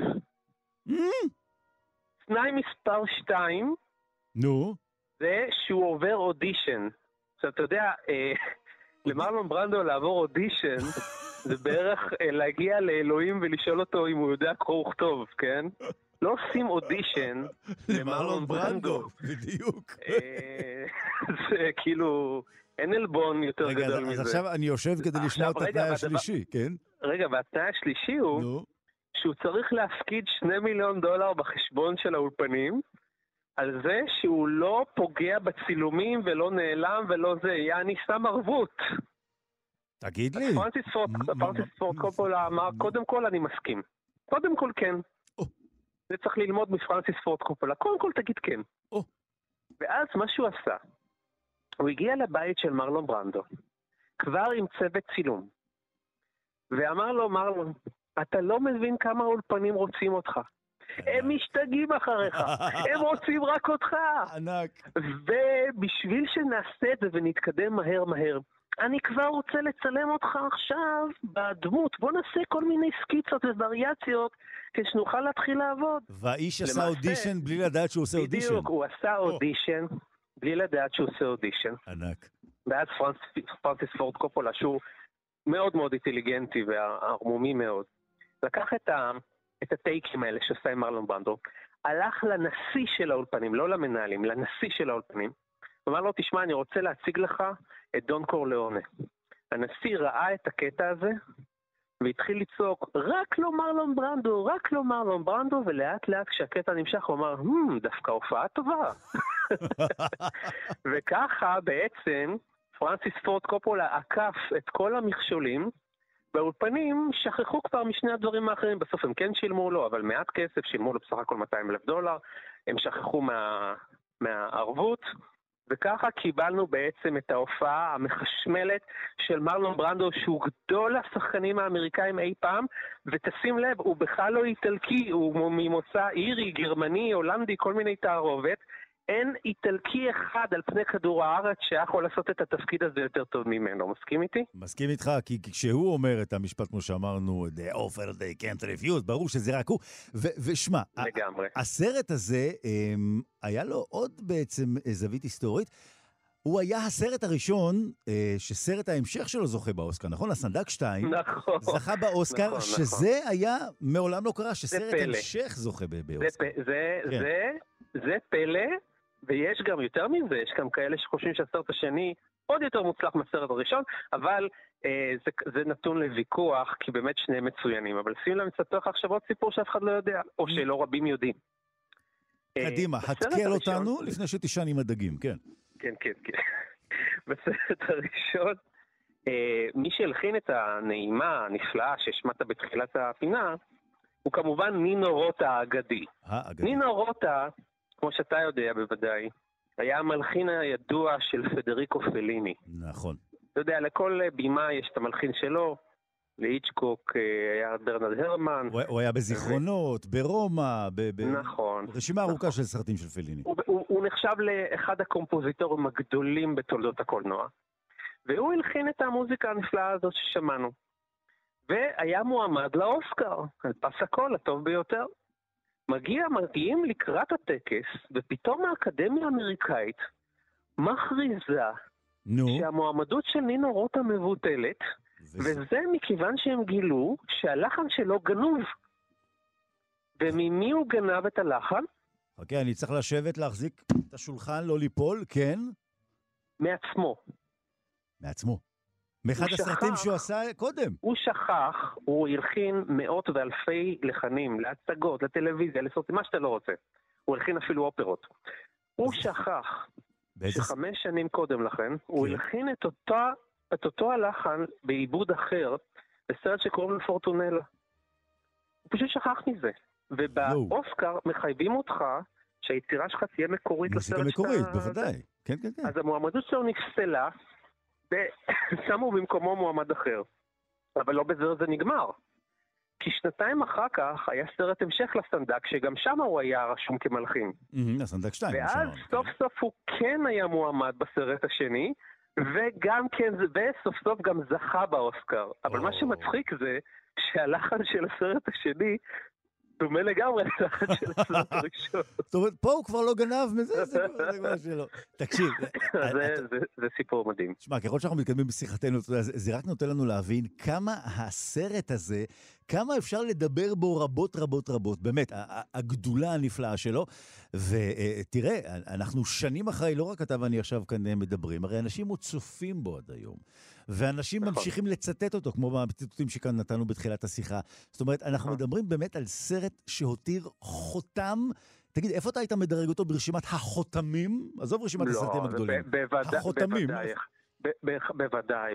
תנאי מספר 2 זה שהוא עובר אודישן. עכשיו, אתה יודע, למרלון ברנדו לעבור אודישן, זה בערך להגיע לאלוהים ולשאול אותו אם הוא יודע קרוא וכתוב, כן? לא עושים אודישן למרלון ברנדו. בדיוק. זה כאילו, אין אלבון יותר גדול מזה. אז עכשיו אני יושב כדי לשמוע את התנאי השלישי, כן? רגע, והתנאי השלישי הוא שהוא צריך להפקיד $2 מיליון בחשבון של האולפנים, על זה שהוא לא פוגע בצילומים ולא נעלם ולא זה, יעני שם ערבות. תגיד לי. פרנסיס פורד קופולה אמר, קודם כל אני מסכים. קודם כל כן. זה צריך ללמוד מפרנסיס פורד קופולה. קודם כל תגיד כן. ואז מה שהוא עשה, הוא הגיע לבית של מרלון ברנדו, כבר עם צוות צילום, ואמר לו, מרלון, אתה לא מבין כמה אולפנים רוצים אותך. הם משתגעים אחריך, הם רוצים רק אותך. ענק. ובשביל שנעשה את זה ונתקדם מהר, אני כבר רוצה לצלם אותך עכשיו בדמות. בוא נעשה כל מיני סקיצות ווריאציות כשנוכל להתחיל לעבוד. והאיש עשה אודישן בלי לדעת שהוא עושה אודישן. בדיוק, הוא עשה אודישן בלי לדעת שהוא עושה אודישן. ענק. ואז פרנסיס פורד קופולה, שהוא מאוד מאוד אינטליגנטי והערמומי מאוד, לקח את הטייקים האלה שעשה עם מרלון ברנדו, הלך לנשיא של האולפנים, לא למנהלים, לנשיא של האולפנים, ואמר לו, תשמע, אני רוצה להציג לך את דון קורליאונה. הנשיא ראה את הקטע הזה, והתחיל לצעוק, רק לא מרלון ברנדו, רק לא מרלון ברנדו, ולאט לאט כשהקטע נמשך, הוא אמר, דווקא הופעה טובה. וככה בעצם פרנסיס פורד קופולה עקף את כל המכשולים, באולפנים שכחו כבר משני הדברים האחרים, בסוף הם כן שילמו לו, אבל מעט כסף, שילמו לו בסך הכל $200,000, הם שכחו מהערבות, וככה קיבלנו בעצם את ההופעה המחשמלת של מרלון ברנדו, שהוא גדול השחקנים האמריקאים אי פעם, ותשים לב, הוא בכלל לא איטלקי, הוא ממוצא אירי, גרמני, הולנדי, כל מיני תערובת, אין איטלקי אחד על פני כדור הארץ שיכול לעשות את התפקיד הזה יותר טוב ממנו. מסכים איתי? מסכים איתך, כי כשהוא אומר את המשפט, כמו שאמרנו, the offer they can't refuse, ברור שזה רק הוא. ושמע, הסרט הזה, היה לו עוד בעצם זווית היסטורית. הוא היה הסרט הראשון שסרט ההמשך שלו זוכה באוסקר, נכון? הסנדק 2 זכה באוסקר, שזה היה, מעולם לא קרה, שסרט המשך זוכה באוסקר. זה פלא, ויש גם יותר מזה, יש גם כאלה שחושבים שהסרט השני עוד יותר מוצלח מהסרט הראשון, אבל זה נתון לוויכוח, כי באמת שניהם מצוינים. אבל שים להם לספר לך עכשיו עוד סיפור שאף אחד לא יודע, או שלא רבים יודעים. קדימה, התקל אותנו לפני שתישן עם הדגים, כן. כן. בסרט הראשון, מי שהלחין את הנעימה הנפלאה שהשמעת בתחילת הפינה, הוא כמובן נינו רוטה האגדי. נינו רוטה, כמו שאתה יודע בוודאי, היה המלחין הידוע של פדריקו פליני. נכון. אתה יודע, לכל בימה יש את המלחין שלו, לאיצ'קוק היה ברנרד הרמן. הוא היה בזיכרונות, ברומא, נכון. רשימה ארוכה של סרטים של פליני. הוא נחשב לאחד הקומפוזיטורים הגדולים בתולדות הקולנוע, והוא הלחין את המוזיקה הנפלאה הזאת ששמענו. והיה מועמד לאוסקר, על פס הקול הטוב ביותר. מגיעים לקראת הטקס, ופתאום האקדמיה האמריקאית מכריזה שהמועמדות של נינו רוטה מבוטלת, וזה מכיוון שהם גילו שהלחן שלו גנוב. וממי הוא גנב את הלחן? אוקיי, אני צריך לשבת להחזיק את השולחן, לא ליפול, כן? מעצמו. מעצמו. מאחד הסרטים שהוא עשה קודם. הוא שכח, הוא הלחין מאות ואלפי לחנים, להצגות, לטלוויזיה, לסרטים, מה שאתה לא רוצה. הוא הלחין אפילו אופרות. הוא שכח ש5 שנים קודם לכן, הוא הלחין את אותו הלחן בעיבוד אחר, בסרט שקוראים לו פורטונלה. הוא פשוט שכח מזה. ובאוסקר מחייבים אותך שהיצירה שלך תהיה מקורית לסרט שאתה... מוזיקה מקורית, בוודאי. כן. אז המועמדות שלו נפסלה, ושמו במקומו מועמד אחר. אבל לא בזה זה נגמר. כי 2 אחר כך היה סרט המשך לסנדק, שגם שם הוא היה רשום כמלחין. הסנדק 2. ואז סוף סוף הוא כן היה מועמד בסרט השני, וגם כן, וסוף סוף גם זכה באוסקר. אבל מה שמצחיק זה שהלחן של הסרט השני דומה לגמרי ללחן של הסרט הראשון. זאת אומרת, פה הוא כבר לא גנב מזה, זה כבר שלו. תקשיב. זה סיפור מדהים. שמע, ככל שאנחנו מתקדמים בשיחתנו, זה רק נותן לנו להבין כמה הסרט הזה, כמה אפשר לדבר בו רבות, באמת, הגדולה הנפלאה שלו. ותראה, אנחנו שנים אחרי, לא רק אתה ואני עכשיו כאן מדברים, הרי אנשים עוד צופים בו עד היום. ואנשים ממשיכים לצטט אותו, כמו בציטוטים שכאן נתנו בתחילת השיחה. זאת אומרת, אנחנו מדברים באמת על סרט שהותיר חותם. תגיד, איפה אתה היית מדרג אותו ברשימת החותמים? עזוב רשימת הסרטים הגדולים. החותמים. בוודאי,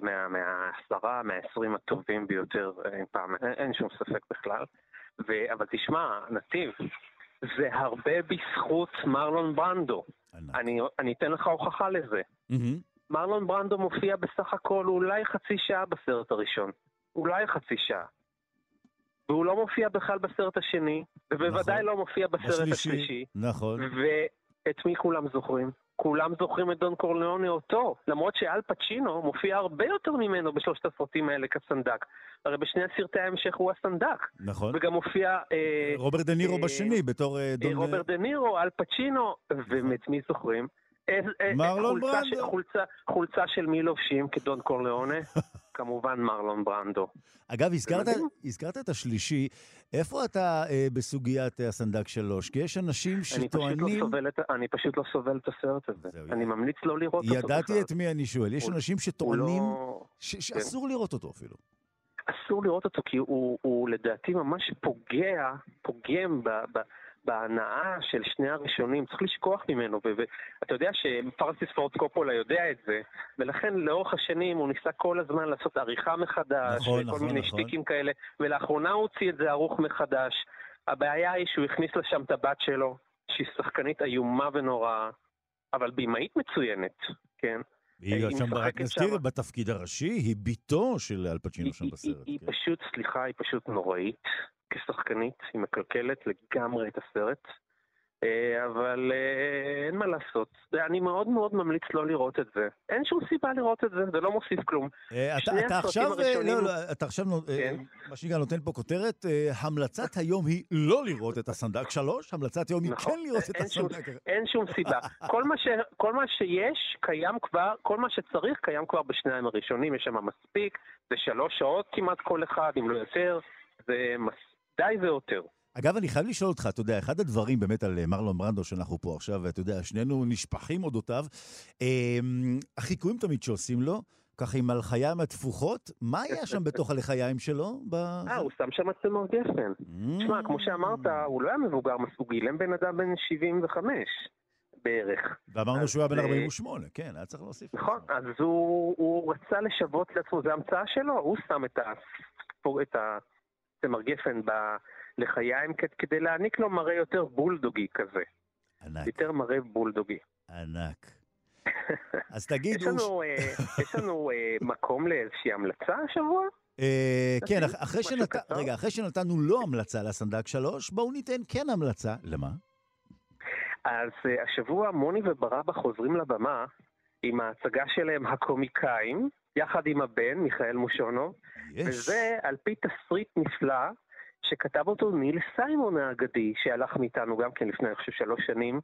מה-10, 20 הטובים ביותר, אין שום ספק בכלל. אבל תשמע, נתיב, זה הרבה בזכות מרלון ברנדו. אני אתן לך הוכחה לזה. מרלון ברנדו מופיע בסך הכל אולי חצי שעה בסרט הראשון. אולי חצי שעה. והוא לא מופיע בכלל בסרט השני, ובוודאי לא מופיע בסרט השלישי. נכון. ואת מי כולם זוכרים? כולם זוכרים את דון קורליאונה אותו, למרות שאל פצ'ינו מופיע הרבה יותר ממנו בשלושת הסרטים האלה כסנדק. הרי בשני הסרטי ההמשך הוא הסנדק. נכון. וגם מופיע... רוברט דה נירו בשני, בתור דון... רוברט דה נירו, אל פצ'ינו, ואת מי זוכרים? מרלון ברנדו. חולצה של מי לובשים כדון קורליאונה? כמובן מרלון ברנדו. אגב, הזכרת את השלישי, איפה אתה בסוגיית הסנדק 3? כי יש אנשים שטוענים... אני פשוט לא סובל את הסרט הזה. אני ממליץ לא לראות אותו. ידעתי את מי אני שואל. יש אנשים שטוענים שאסור לראות אותו אפילו. אסור לראות אותו כי הוא לדעתי ממש פוגם בהנאה של שני הראשונים, צריך לשכוח ממנו, ואתה יודע שפרנסיס פורד קופולה יודע את זה, ולכן לאורך השנים הוא ניסה כל הזמן לעשות עריכה מחדש, וכל מיני שטיקים כאלה, ולאחרונה הוא הוציא את זה ערוך מחדש. הבעיה היא שהוא הכניס לשם את הבת שלו, שהיא שחקנית איומה ונוראה, אבל בימאית מצוינת, כן? היא שם נזכיר בתפקיד הראשי, היא ביתו של אל פצ'ינו שם בסרט. היא פשוט, סליחה, היא פשוט נוראית כשחקנית, היא מקלקלת לגמרי את הסרט, אבל אין מה לעשות. אני מאוד מאוד ממליץ לא לראות את זה. אין שום סיבה לראות את זה, זה לא מוסיף כלום. אתה עכשיו, מה שניגע נותן פה כותרת, המלצת היום היא לא לראות את הסנדק 3, המלצת היום היא כן לראות את הסנדק. אין שום סיבה. כל מה שיש קיים כבר, כל מה שצריך קיים כבר בשניים הראשונים, יש שם מספיק, זה 3 שעות כמעט כל אחד, אם לא יותר, זה די ויותר. אגב, אני חייב לשאול אותך, אתה יודע, אחד הדברים באמת על מרלון ברנדו שאנחנו פה עכשיו, ואתה יודע, שנינו נשפחים אודותיו, החיקויים תמיד שעושים לו, ככה עם הלחיים התפוחות, מה היה שם בתוך הלחיים שלו? הוא שם שם את צמר גפן. תשמע, כמו שאמרת, הוא לא היה מבוגר מסוג, גילם בן אדם בן 75 בערך. ואמרנו שהוא היה בן 48, כן, היה צריך להוסיף. נכון, אז הוא רצה לשוות לעצמו, זה המצאה שלו, הוא שם את צמר גפן לחיים כדי להעניק לו מראה יותר בולדוגי כזה. ענק. יותר מראה בולדוגי. ענק. אז תגידו... יש לנו מקום לאיזושהי המלצה השבוע? כן, אחרי שנתנו לא המלצה לסנדק 3, בואו ניתן כן המלצה. למה? אז השבוע מוני וברבא חוזרים לבמה עם ההצגה שלהם הקומיקאים, יחד עם הבן, מיכאל מושונו, וזה על פי תסריט נפלא, שכתב אותו ניל סיימון האגדי, שהלך מאיתנו גם כן לפני, אני חושב, 3 שנים,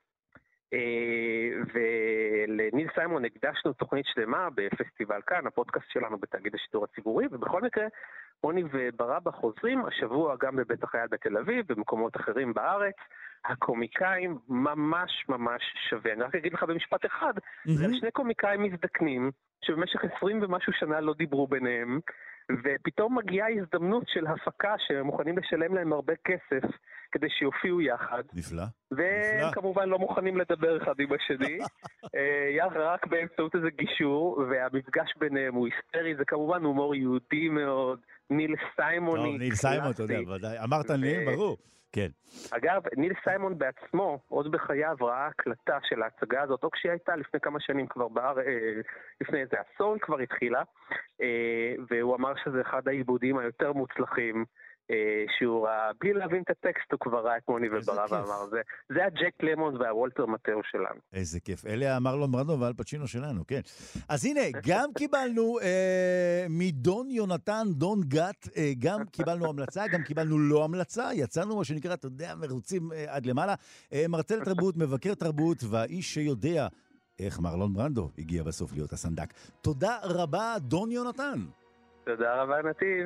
ולניל סיימון הקדשנו תוכנית שלמה בפסטיבל כאן, הפודקאסט שלנו בתאגיד השידור הציבורי, ובכל מקרה, מוני וברבא חוזרים, השבוע גם בבית החייל בתל אביב, במקומות אחרים בארץ, הקומיקאים ממש ממש שווה. אני רק אגיד לך במשפט אחד, זה 2 קומיקאים מזדקנים, שבמשך 20 ומשהו שנה לא דיברו ביניהם, ופתאום מגיעה הזדמנות של הפקה שמוכנים לשלם להם הרבה כסף כדי שיופיעו יחד. נפלא. והם כמובן לא מוכנים לדבר אחד עם השני, רק באמצעות איזה גישור, והמפגש ביניהם הוא היסטרי, זה כמובן הומור יהודי מאוד, ניל סיימוני. ניל סיימון, אתה יודע, ודאי. אמרת ניל, ברור. כן. אגב, ניל סיימון בעצמו, עוד בחייו, ראה הקלטה של ההצגה הזאת, או כשהיא הייתה לפני כמה שנים כבר לפני איזה עשור היא כבר התחילה, והוא אמר שזה אחד העיבודים היותר מוצלחים שהוא ראה, בלי להבין את הטקסט הוא כבר ראה את מוני וברבא ואמר, זה הג'ק למונס והוולטר מטאו שלנו. איזה כיף, אלה מרלון ברנדו ואל פצ'ינו שלנו, כן. אז הנה, גם קיבלנו מדון יונתן, דון גת, גם קיבלנו המלצה, גם קיבלנו לא המלצה, יצאנו מה שנקרא, אתה יודע, מרוצים עד למעלה, מרצה לתרבות, מבקר תרבות, והאיש שיודע איך מרלון ברנדו הגיע בסוף להיות הסנדק. תודה רבה, דון יונתן. תודה רבה, נתיב.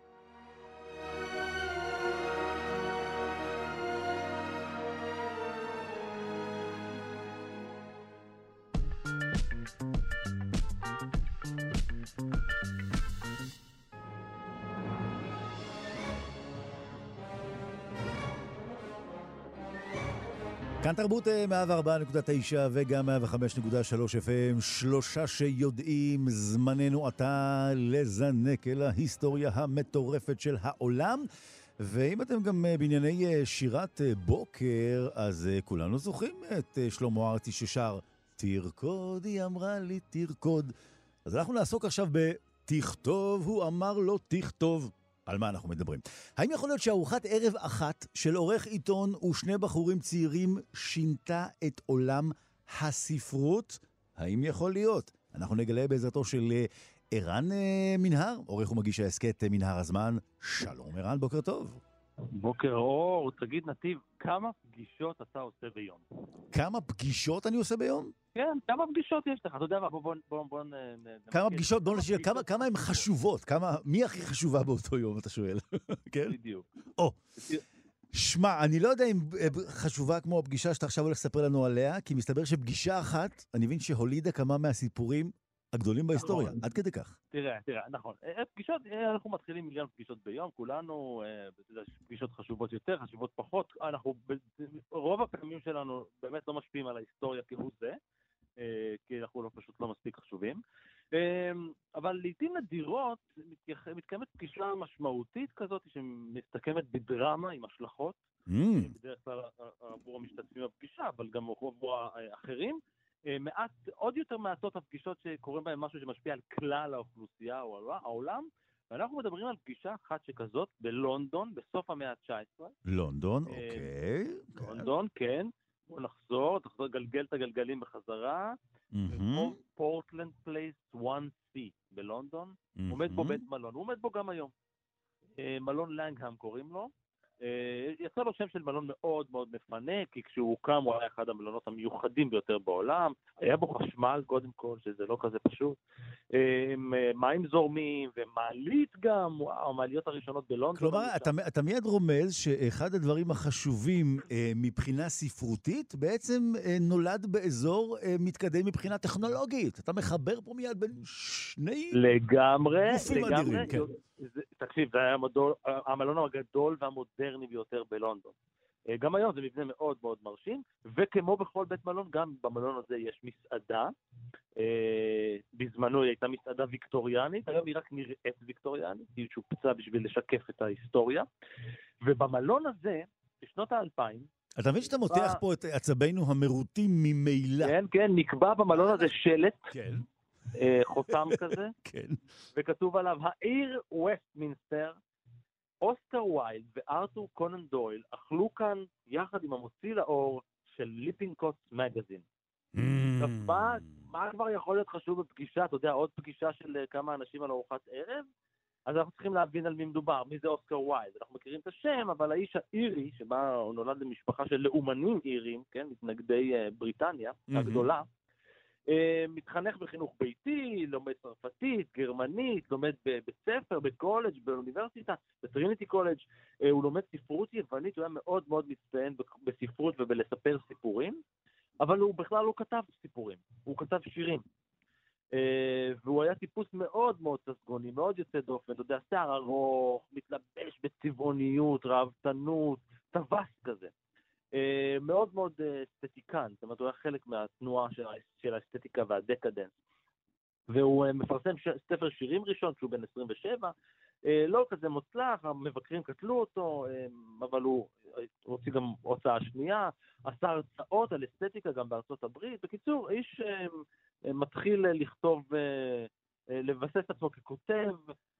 כאן תרבות 104.9 וגם 105.3 FM, 3 שיודעים, זמננו עתה לזנק אל ההיסטוריה המטורפת של העולם. ואם אתם גם בענייני שירת בוקר, אז כולנו זוכרים את שלמה ארצי ששר תרקוד, היא אמרה לי תרקוד. אז אנחנו נעסוק עכשיו בתכתוב, הוא אמר לו תכתוב. על מה אנחנו מדברים? האם יכול להיות שארוחת ערב אחת של עורך עיתון ושני בחורים צעירים שינתה את עולם הספרות? האם יכול להיות? אנחנו נגלה בעזרתו של ערן מנהר, עורך ומגיש ההסכת מנהר הזמן. שלום ערן, בוקר טוב. בוקר אור, תגיד נתיב, כמה פגישות אתה עושה ביום? כמה פגישות אני עושה ביום? כן, כמה פגישות יש לך? אתה יודע מה, בוא כמה פגישות, בוא נשאיר, כמה הן חשובות? מי הכי חשובה באותו יום, אתה שואל? כן? בדיוק. שמע, אני לא יודע אם חשובה כמו הפגישה שאתה עכשיו הולך לספר לנו עליה, כי מסתבר שפגישה אחת, אני מבין שהולידה כמה מהסיפורים הגדולים בהיסטוריה, עד כדי כך. תראה, נכון. פגישות, אנחנו מתחילים מיליון פגישות ביום, כולנו, פגישות חשובות יותר, חשובות פחות. אנחנו, רוב הפעמים שלנו באמת לא משפיעים על ההיסטוריה כהוא זה, כי אנחנו פשוט לא מספיק חשובים. אבל לעתים נדירות מתקיימת פגישה משמעותית כזאת שמסתכמת בדרמה עם השלכות, בדרך כלל עבור המשתתפים בפגישה, אבל גם עבור האחרים. מעט, עוד יותר מעטות הפגישות שקוראים בהן משהו שמשפיע על כלל האוכלוסייה או העולם, ואנחנו מדברים על פגישה אחת שכזאת בלונדון בסוף המאה ה-19. לונדון, אוקיי. לונדון, כן. בואו נחזור, לגלגל את הגלגלים בחזרה. פורטלנד פלייס 1C בלונדון. עומד בו בית מלון, הוא עומד בו גם היום. מלון לנגהאם קוראים לו. יצא לו שם של מלון מאוד מאוד מפנה, כי כשהוא הוקם הוא היה אחד המלונות המיוחדים ביותר בעולם, היה בו חשמל קודם כל, שזה לא כזה פשוט, מים זורמים ומעלית גם, המעליות הראשונות בלונדון. כלומר, אתה מיד רומז שאחד הדברים החשובים מבחינה ספרותית, בעצם נולד באזור מתקדם מבחינה טכנולוגית. אתה מחבר פה מיד בין שני גופים אדירים. כן. תקשיב, זה היה המלון הגדול והמודרני ביותר בלונדון. גם היום זה מבנה מאוד מאוד מרשים, וכמו בכל בית מלון, גם במלון הזה יש מסעדה. בזמנו היא הייתה מסעדה ויקטוריאנית, היום היא רק נראית ויקטוריאנית, היא שופצה בשביל לשקף את ההיסטוריה. ובמלון הזה, בשנות ה-2000, אתה מבין שאתה מותח פה את עצבינו המרוטים ממילא. כן, כן, נקבע במלון הזה שלט. כן. חותם כזה, כן. וכתוב עליו, העיר ווסטמינסטר, אוסקר ויילד וארתור קונן דויל אכלו כאן יחד עם המוציא לאור של ליפינקוט מגזין. מה כבר יכול להיות חשוב בפגישה? אתה יודע, עוד פגישה של כמה אנשים על ארוחת ערב? אז אנחנו צריכים להבין על מי מדובר, מי זה אוסקר ויילד. אנחנו מכירים את השם, אבל האיש האירי, שבה הוא נולד למשפחה של לאומנים אירים, כן, מתנגדי בריטניה הגדולה, מתחנך בחינוך ביתי, לומד צרפתית, גרמנית, לומד בבית ספר, בקולג', באוניברסיטה, בטריניטי קולג', הוא לומד ספרות יוונית, הוא היה מאוד מאוד מצטיין בספרות ובלספר סיפורים, אבל הוא בכלל לא כתב סיפורים, הוא כתב שירים. והוא היה טיפוס מאוד מאוד ססגוני, מאוד יוצא דופן, אתה יודע, שיער ארוך, מתלבש בצבעוניות, רהבתנות, טווס כזה. מאוד מאוד אסתטיקן, זאת אומרת, הוא היה חלק מהתנועה של האסתטיקה והדקדנס. והוא מפרסם ספר שירים ראשון, כשהוא בן 27, לא כזה מוצלח, המבקרים קטלו אותו, אבל הוא הוציא גם הוצאה שנייה, עשה הרצאות על אסתטיקה גם בארצות הברית. בקיצור, האיש מתחיל לכתוב, לבסס את עצמו ככותב,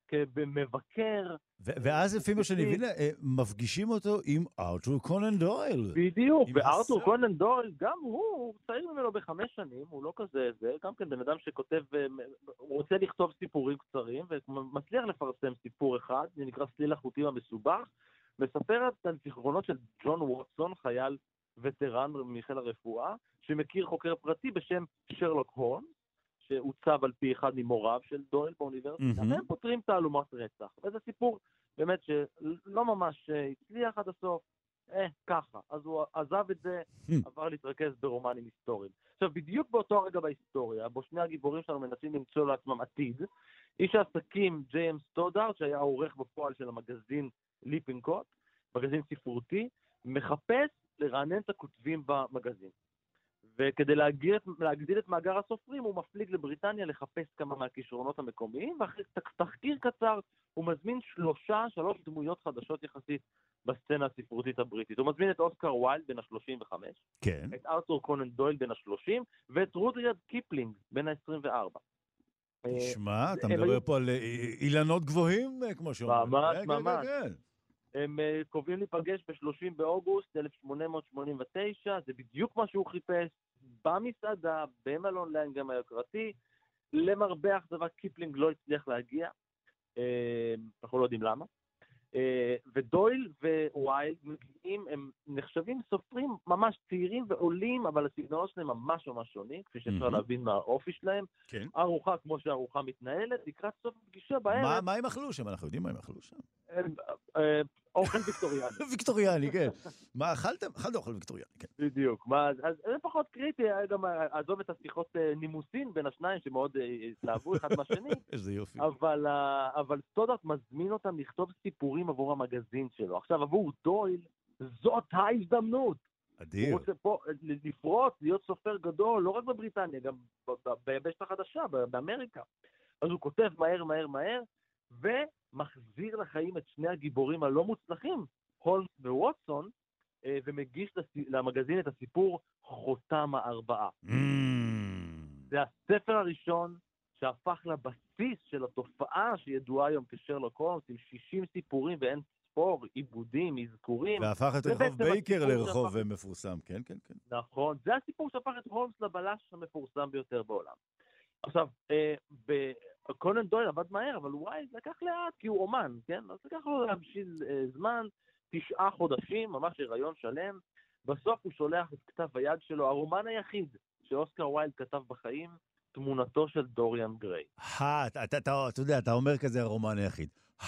כמבקר. ואז לפי מה שאני מבין, מפגישים אותו עם ארתור קונן דויל. בדיוק, וארתור קונן דויל, גם הוא צעיר ממנו ב5 שנים, הוא לא כזה, זה גם כן בן אדם שכותב, הוא רוצה לכתוב סיפורים קצרים, ומצליח לפרסם סיפור אחד, זה נקרא סליל החוטים המסובך, מספר על זיכרונות של ג'ון ווטסון, חייל וטרן מחיל הרפואה, שמכיר חוקר פרטי בשם שרלוק הולמס, שהוצב על פי אחד ממוריו של דויל באוניברסיטה, והם פותרים תעלומת רצח. וזה סיפור באמת שלא ממש הצליח עד הסוף, ככה. אז הוא עזב את זה, עבר להתרכז ברומנים היסטוריים. עכשיו, בדיוק באותו הרגע בהיסטוריה, בו שני הגיבורים שלנו מנסים למצוא לעצמם עתיד, איש העסקים ג'יימס סטודארט, שהיה העורך בפועל של המגזין ליפינקוט, מגזין ספרותי, מחפש לרענן את הכותבים במגזין. וכדי להגדיל את מאגר הסופרים, הוא מפליג לבריטניה לחפש כמה מהכישרונות המקומיים, ואחרי תחקיר קצר, הוא מזמין 3 דמויות חדשות יחסית בסצנה הספרותית הבריטית. הוא מזמין את אוסקר ויילד בן ה-35, כן. את ארתור קונן דויל בן ה-30, ואת רודיארד קיפלינג בן ה-24. תשמע, אתה מדבר פה על אילנות גבוהים, כמו שאומרים. ממש. הם קובעים להיפגש ב-30 באוגוסט 1889, זה בדיוק מה שהוא חיפש, במסעדה, במלון לנגהאם היוקרתי. למרבה האכזבה קיפלינג לא הצליח להגיע, אנחנו לא יודעים למה. ודויל וויילד מגיעים, הם נחשבים סופרים ממש צעירים ועולים, אבל הסגנונות שלהם ממש ממש שונים, כפי שאפשר להבין מהאופי שלהם. כן. ארוחה כמו שהארוחה מתנהלת, לקראת סוף פגישה בערב. מה הם אכלו שם? אנחנו יודעים מה הם אכלו שם. אוכל ויקטוריאני. ויקטוריאני, כן. מה אכלתם? אכלנו אוכל ויקטוריאני, כן. בדיוק. אז זה פחות קריטי, גם עזוב את השיחות נימוסין בין השניים, שמאוד התלהבו אחד מהשני. איזה יופי. אבל סטודארט מזמין אותם לכתוב סיפורים עבור המגזין שלו. עכשיו, עבור דויל, זאת ההזדמנות. אדיר. הוא רוצה פה לפרוץ, להיות סופר גדול, לא רק בבריטניה, גם ביבשת החדשה, באמריקה. אז הוא כותב מהר, ומחזיר לחיים את שני הגיבורים הלא מוצלחים, הולמס וווטסון, ומגיש למגזין את הסיפור חותם הארבעה. זה הספר הראשון שהפך לבסיס של התופעה שידועה היום כשרלוק הולמס, עם 60 סיפורים ואין ספור, עיבודים, אזכורים. והפך את רחוב בייקר לרחוב מפורסם, כן. נכון, זה הסיפור שהפך את הולמס לבלש המפורסם ביותר בעולם. עכשיו, קונן דויל עבד מהר, אבל ווילד לקח לאט, כי הוא אומן, כן? אז לקח לו להבשיל זמן, 9 חודשים, ממש הריון שלם. בסוף הוא שולח את כתב היד שלו, הרומן היחיד שאוסקר ווילד כתב בחיים, תמונתו של דוריאן גריי. אתה יודע, אתה אומר כזה הרומן היחיד.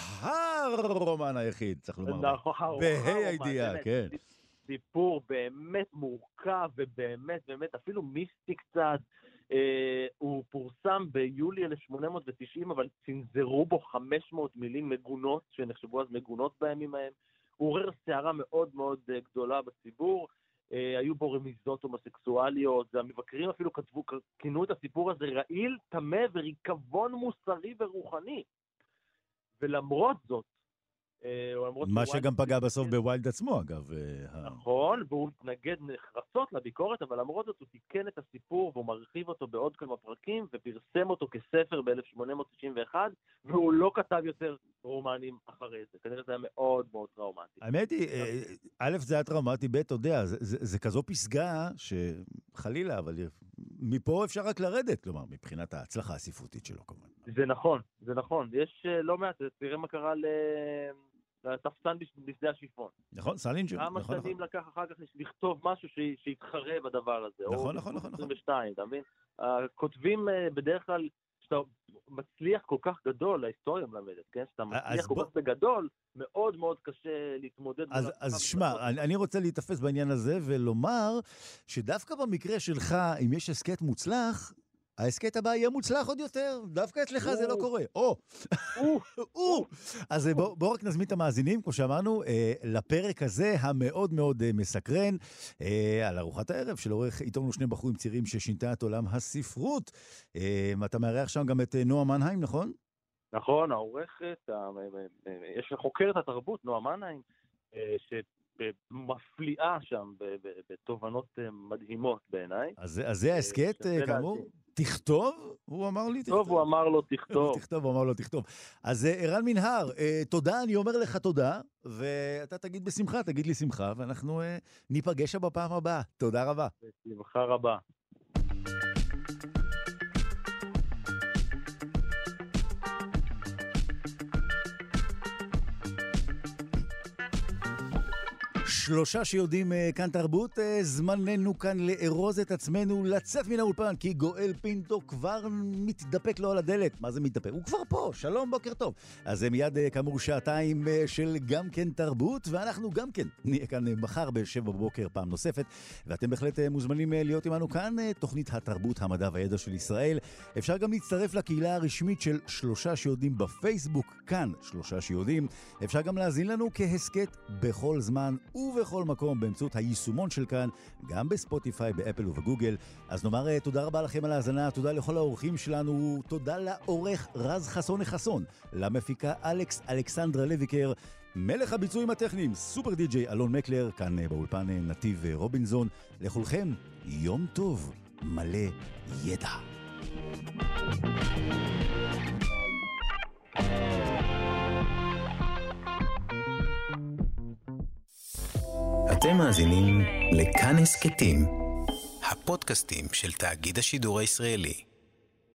הרומן היחיד, צריך לומר. נכון, בהי הידיעה, כן. סיפור באמת מורכב, ובאמת, אפילו מיסטי קצת. הוא פורסם ביולי 1890, אבל צנזרו בו 500 מילים מגונות, שנחשבו אז מגונות בימים ההם. הוא עורר סערה מאוד מאוד גדולה בציבור, היו בו רמיזות הומוסקסואליות, והמבקרים אפילו כינו את הסיפור הזה רעיל, טמא וריקבון מוסרי ורוחני. ולמרות זאת, מה שגם פגע בסוף בווילד עצמו, אגב. נכון, והוא התנגד נחרצות לביקורת, אבל למרות זאת הוא תיקן את הסיפור, והוא מרחיב אותו בעוד כמה פרקים, ופרסם אותו כספר ב-1891, והוא לא כתב יותר רומנים אחרי זה. כנראה זה היה מאוד מאוד טראומטי. האמת היא, א', זה היה טראומטי, ב', אתה יודע, זה כזו פסגה שחלילה, אבל מפה אפשר רק לרדת, כלומר, מבחינת ההצלחה הספרותית שלו, כמובן. זה נכון. יש לא מעט, תראה מה קרה לתפסן בשדה השיפון. נכון, סלינג'ר. כמה שנים לקח אחר כך לכתוב משהו שיתחרה בדבר הזה. נכון. 22, אתה מבין? הכותבים בדרך כלל, שאתה מצליח כל כך גדול, ההיסטוריה מלמדת, כן? שאתה מצליח כל כך בגדול, מאוד מאוד קשה להתמודד. אז שמע, אני רוצה להתאפס בעניין הזה ולומר שדווקא במקרה שלך, אם יש הסקט מוצלח, ההסקט הבא יהיה מוצלח עוד יותר, דווקא אצלך זה לא קורה. אז בואו רק נזמין את המאזינים, כמו שאמרנו, לפרק הזה המאוד מאוד מסקרן, על ארוחת הערב של עורך עיתון ושני בחורים צעירים ששינתה את עולם הספרות. אתה מארח שם גם את נועה מנהיים, נכון? נכון, העורכת, יש חוקרת התרבות, נועה מנהיים, שמפליאה שם בתובנות מדהימות בעיניי. אז זה ההסקט, כאמור? תכתוב? הוא אמר לי תכתוב. הוא אמר לו תכתוב. הוא אמר לו תכתוב. אז ערן מנהר, תודה, אני אומר לך תודה, ואתה תגיד בשמחה, תגיד לי שמחה, ואנחנו ניפגש בפעם הבאה. תודה רבה. בשמחה רבה. שלושה שיודעים כאן תרבות, זמננו כאן לארוז את עצמנו, לצאת מן האולפן, כי גואל פינטו כבר מתדפק לו על הדלת. מה זה מתדפק? הוא כבר פה, שלום, בוקר טוב. אז זה מיד כאמור שעתיים של גם כן תרבות, ואנחנו גם כן נהיה כאן מחר ב-7 בבוקר פעם נוספת, ואתם בהחלט מוזמנים להיות עמנו כאן, תוכנית התרבות, המדע והידע של ישראל. אפשר גם להצטרף לקהילה הרשמית של שלושה שיודעים בפייסבוק, כאן שלושה שיודעים. אפשר גם להזין לנו כהסקט בכל זמן ובכל מקום באמצעות היישומון של כאן, גם בספוטיפיי, באפל ובגוגל. אז נאמר תודה רבה לכם על ההאזנה, תודה לכל האורחים שלנו, תודה לעורך רז חסון, למפיקה אלכסנדרה לויקר, מלך הביצועים הטכניים, סופר די-ג'יי אלון מקלר, כאן באולפן נתיב רובינזון. לכולכם יום טוב, מלא ידע. אתם מאזינים לכאן הסקטים, הפודקאסטים של תאגיד השידור הישראלי.